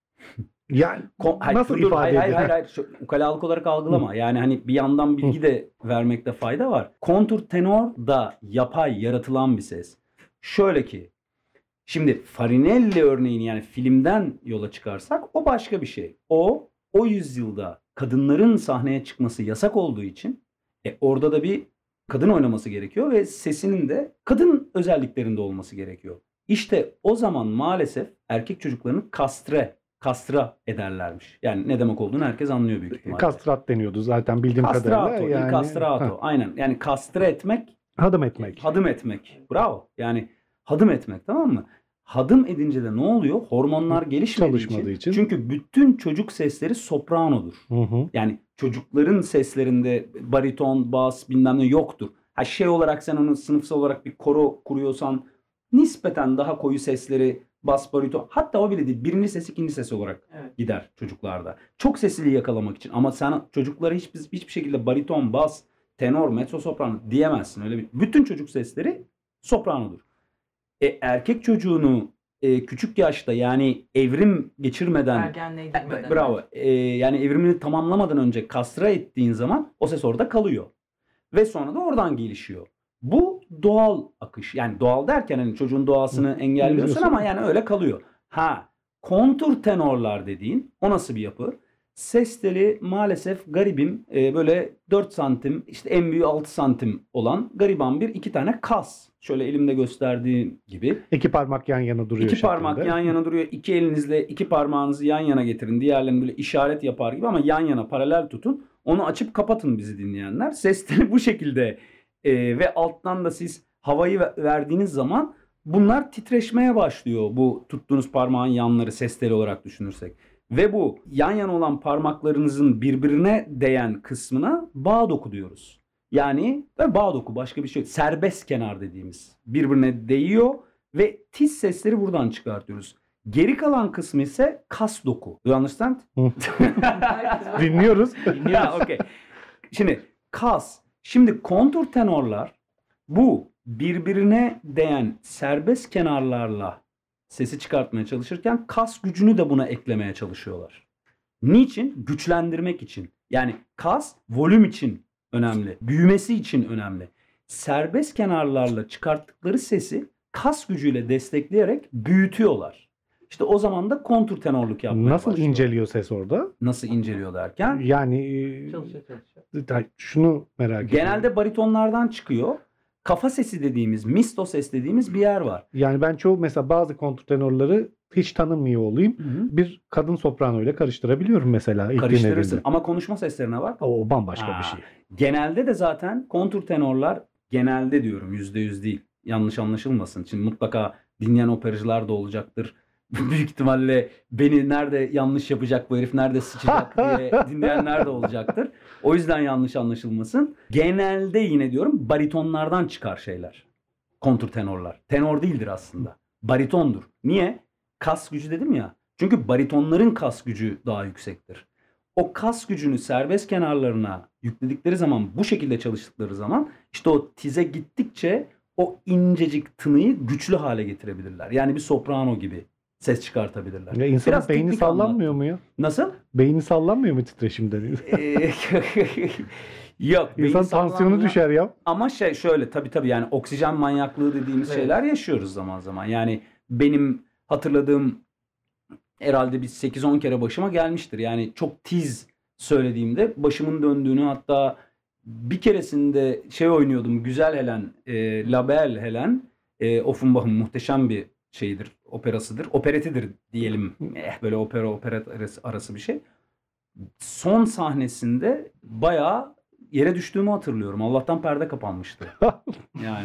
Yani nasıl dur, ifade ediyor? hayır. Şu, ukalalık olarak algılama. Yani hani bir yandan bilgi de vermekte fayda var. Kontur tenor da yapay yaratılan bir ses. Şöyle ki şimdi Farinelli örneğini yani filmden yola çıkarsak o başka bir şey. O yüzyılda kadınların sahneye çıkması yasak olduğu için orada da bir kadın oynaması gerekiyor ve sesinin de kadın özelliklerinde olması gerekiyor. İşte o zaman maalesef erkek çocuklarını kastra ederlermiş. Yani ne demek olduğunu herkes anlıyor büyük ihtimalle. Kastrat deniyordu zaten bildiğim kadarıyla. Castrato, Yani, castrato. Aynen. Yani kastre etmek, hadım etmek. hadım etmek. Bravo. Yani hadım etmek, tamam mı? Hadım edince de ne oluyor? Hormonlar gelişmediği Çalışmadığı için. Çünkü bütün çocuk sesleri sopranodur. Hı hı. Yani çocukların seslerinde bariton, bas bilmem ne yoktur. Ha şey olarak sen onu sınıfsal olarak bir koro kuruyorsan nispeten daha koyu sesleri bas, bariton, hatta o bile değil. Birinci ses, ikinci ses olarak Evet. gider çocuklarda. Çok sesliliği yakalamak için. Ama sen çocuklara hiçbir şekilde bariton, bas, tenor, mezzo soprano diyemezsin. Öyle bir. Bütün çocuk sesleri sopranodur. Erkek çocuğunu küçük yaşta yani evrim geçirmeden Ergenliğe girmeden. bravo. Yani evrimini tamamlamadan önce kastra ettiğin zaman o ses orada kalıyor. Ve sonra da oradan gelişiyor. Bu doğal akış. Yani doğal derken hani çocuğun doğasını engelliyorsun ama yani öyle kalıyor. Kontur tenorlar dediğin o nasıl bir yapı? Ses teli maalesef garibim böyle 4 santim işte en büyüğü 6 santim olan gariban iki tane kas. Şöyle elimde gösterdiğim gibi. 2 parmak yan yana duruyor. İki parmak şeklinde. yan yana duruyor. İki elinizle iki parmağınızı yan yana getirin. Diğerlerini böyle işaret yapar gibi ama yan yana paralel tutun. Onu açıp kapatın bizi dinleyenler. Ses teli bu şekilde ve alttan da siz havayı verdiğiniz zaman bunlar titreşmeye başlıyor. Bu tuttuğunuz parmağın yanları ses teli olarak düşünürsek. Ve bu yan yana olan parmaklarınızın birbirine değen kısmına bağ doku diyoruz. Yani bağ doku başka bir şey yok. Serbest kenar dediğimiz birbirine değiyor ve tiz sesleri buradan çıkartıyoruz. Geri kalan kısmı ise kas doku. You understand? Dinliyoruz. Ya okey. Şimdi kas. Şimdi kontur tenorlar bu birbirine değen serbest kenarlarla sesi çıkartmaya çalışırken kas gücünü de buna eklemeye çalışıyorlar. Niçin? Güçlendirmek için. Yani kas volüm için önemli. Büyümesi için önemli. Serbest kenarlarla çıkarttıkları sesi kas gücüyle destekleyerek büyütüyorlar. İşte o zaman da kontur tenorluk yapmaya Nasıl başlıyor. inceliyor ses orada? Nasıl inceliyor derken? Yani Çalışıyor. şunu merak ediyorum. Genelde baritonlardan çıkıyor. Kafa sesi dediğimiz, misto ses dediğimiz bir yer var. Yani ben mesela bazı kontrtenorları hiç tanımıyor olayım. Bir kadın soprano ile karıştırabiliyorum mesela. ilk Karıştırırsın dinlediğimde. ama konuşma seslerine bak. O bambaşka bir şey. Genelde de zaten kontur tenorlar, genelde diyorum %100 değil. Yanlış anlaşılmasın. Şimdi mutlaka dinleyen operacılar da olacaktır. Büyük ihtimalle beni nerede yanlış yapacak bu herif, nerede sıçacak diye dinleyenler de olacaktır. O yüzden yanlış anlaşılmasın. Genelde yine diyorum baritonlardan çıkar şeyler. Kontur tenorlar. Tenor değildir aslında. Baritondur. Niye? Kas gücü dedim ya. Çünkü baritonların kas gücü daha yüksektir. O kas gücünü serbest kenarlarına yükledikleri zaman, bu şekilde çalıştıkları zaman işte o tize gittikçe o incecik tınıyı güçlü hale getirebilirler. Yani bir soprano gibi ses çıkartabilirler. Ya insanın Biraz beyni teknik sallanmıyor mu ya? Nasıl? Beyni sallanmıyor mu titreşimden? Yok. beyin İnsan tansiyonu sallanmıyor. düşer ya. Ama şöyle tabii yani oksijen manyaklığı dediğimiz şeyler yaşıyoruz zaman zaman. Yani benim hatırladığım herhalde bir 8-10 kere başıma gelmiştir. Yani çok tiz söylediğimde başımın döndüğünü, hatta bir keresinde oynuyordum. Güzel Helen, La Belle Helen, Offenbach'ın muhteşem bir şeyidir, operasıdır. Operetidir diyelim. Böyle opera arası bir şey. Son sahnesinde bayağı yere düştüğümü hatırlıyorum. Allah'tan perde kapanmıştı. Yani.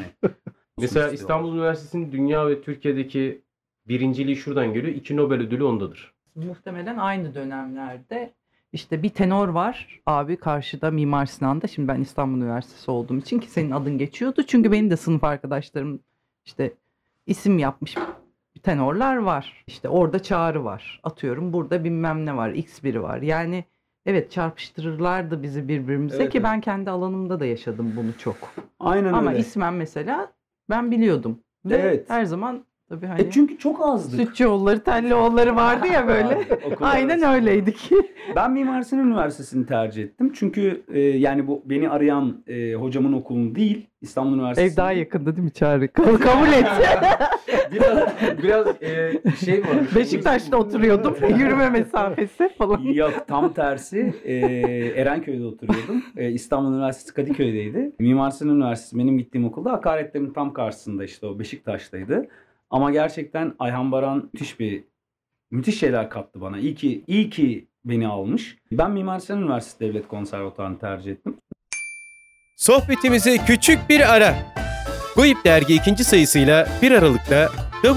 Mesela İstanbul Üniversitesi'nin dünya ve Türkiye'deki birinciliği şuradan geliyor. 2 Nobel ödülü ondadır. muhtemelen aynı dönemlerde işte bir tenor var abi karşıda Mimar Sinan'da. Şimdi ben İstanbul Üniversitesi olduğum için ki senin adın geçiyordu. Çünkü benim de sınıf arkadaşlarım işte isim yapmış tenorlar var. İşte orada Çağrı var. Atıyorum burada bilmem ne var. X biri var. Yani evet çarpıştırırlardı bizi birbirimize Evet, ki evet. ben kendi alanımda da yaşadım bunu çok. Aynen Ama öyle. ismen mesela ben biliyordum. Ve Evet. her zaman tabii hani Çünkü çok azdık. Sütçüoğulları, Tellioğulları vardı ya böyle. Okul Aynen arasında. öyleydik. Ben Mimar Sinan Üniversitesi'ni tercih ettim. Çünkü yani bu beni arayan hocamın okulunu değil, İstanbul Üniversitesi. Ev daha yakında değil mi Çağrı? Kabul et. Biraz şey var. Beşiktaş'ta oturuyordum. Yürüme mesafesi falan. Yok, tam tersi. Erenköy'de oturuyordum. İstanbul Üniversitesi Kadıköy'deydi. Mimar Sinan Üniversitesi benim gittiğim okulda hakaretlerin tam karşısında, işte o Beşiktaş'taydı. Ama gerçekten Ayhan Baran müthiş şeyler kattı bana. İyi ki beni almış. Ben Mimar Sinan Üniversitesi Devlet Konservatuvarı'nı tercih ettim. Sohbetimize küçük bir ara. Guip Dergi 2. sayısıyla 1 Aralık'ta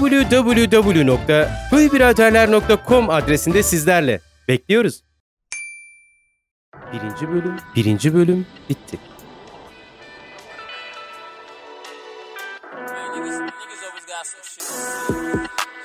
www.guybiraderler.com adresinde sizlerle. Bekliyoruz. Birinci bölüm bitti. Niggas always got some shit.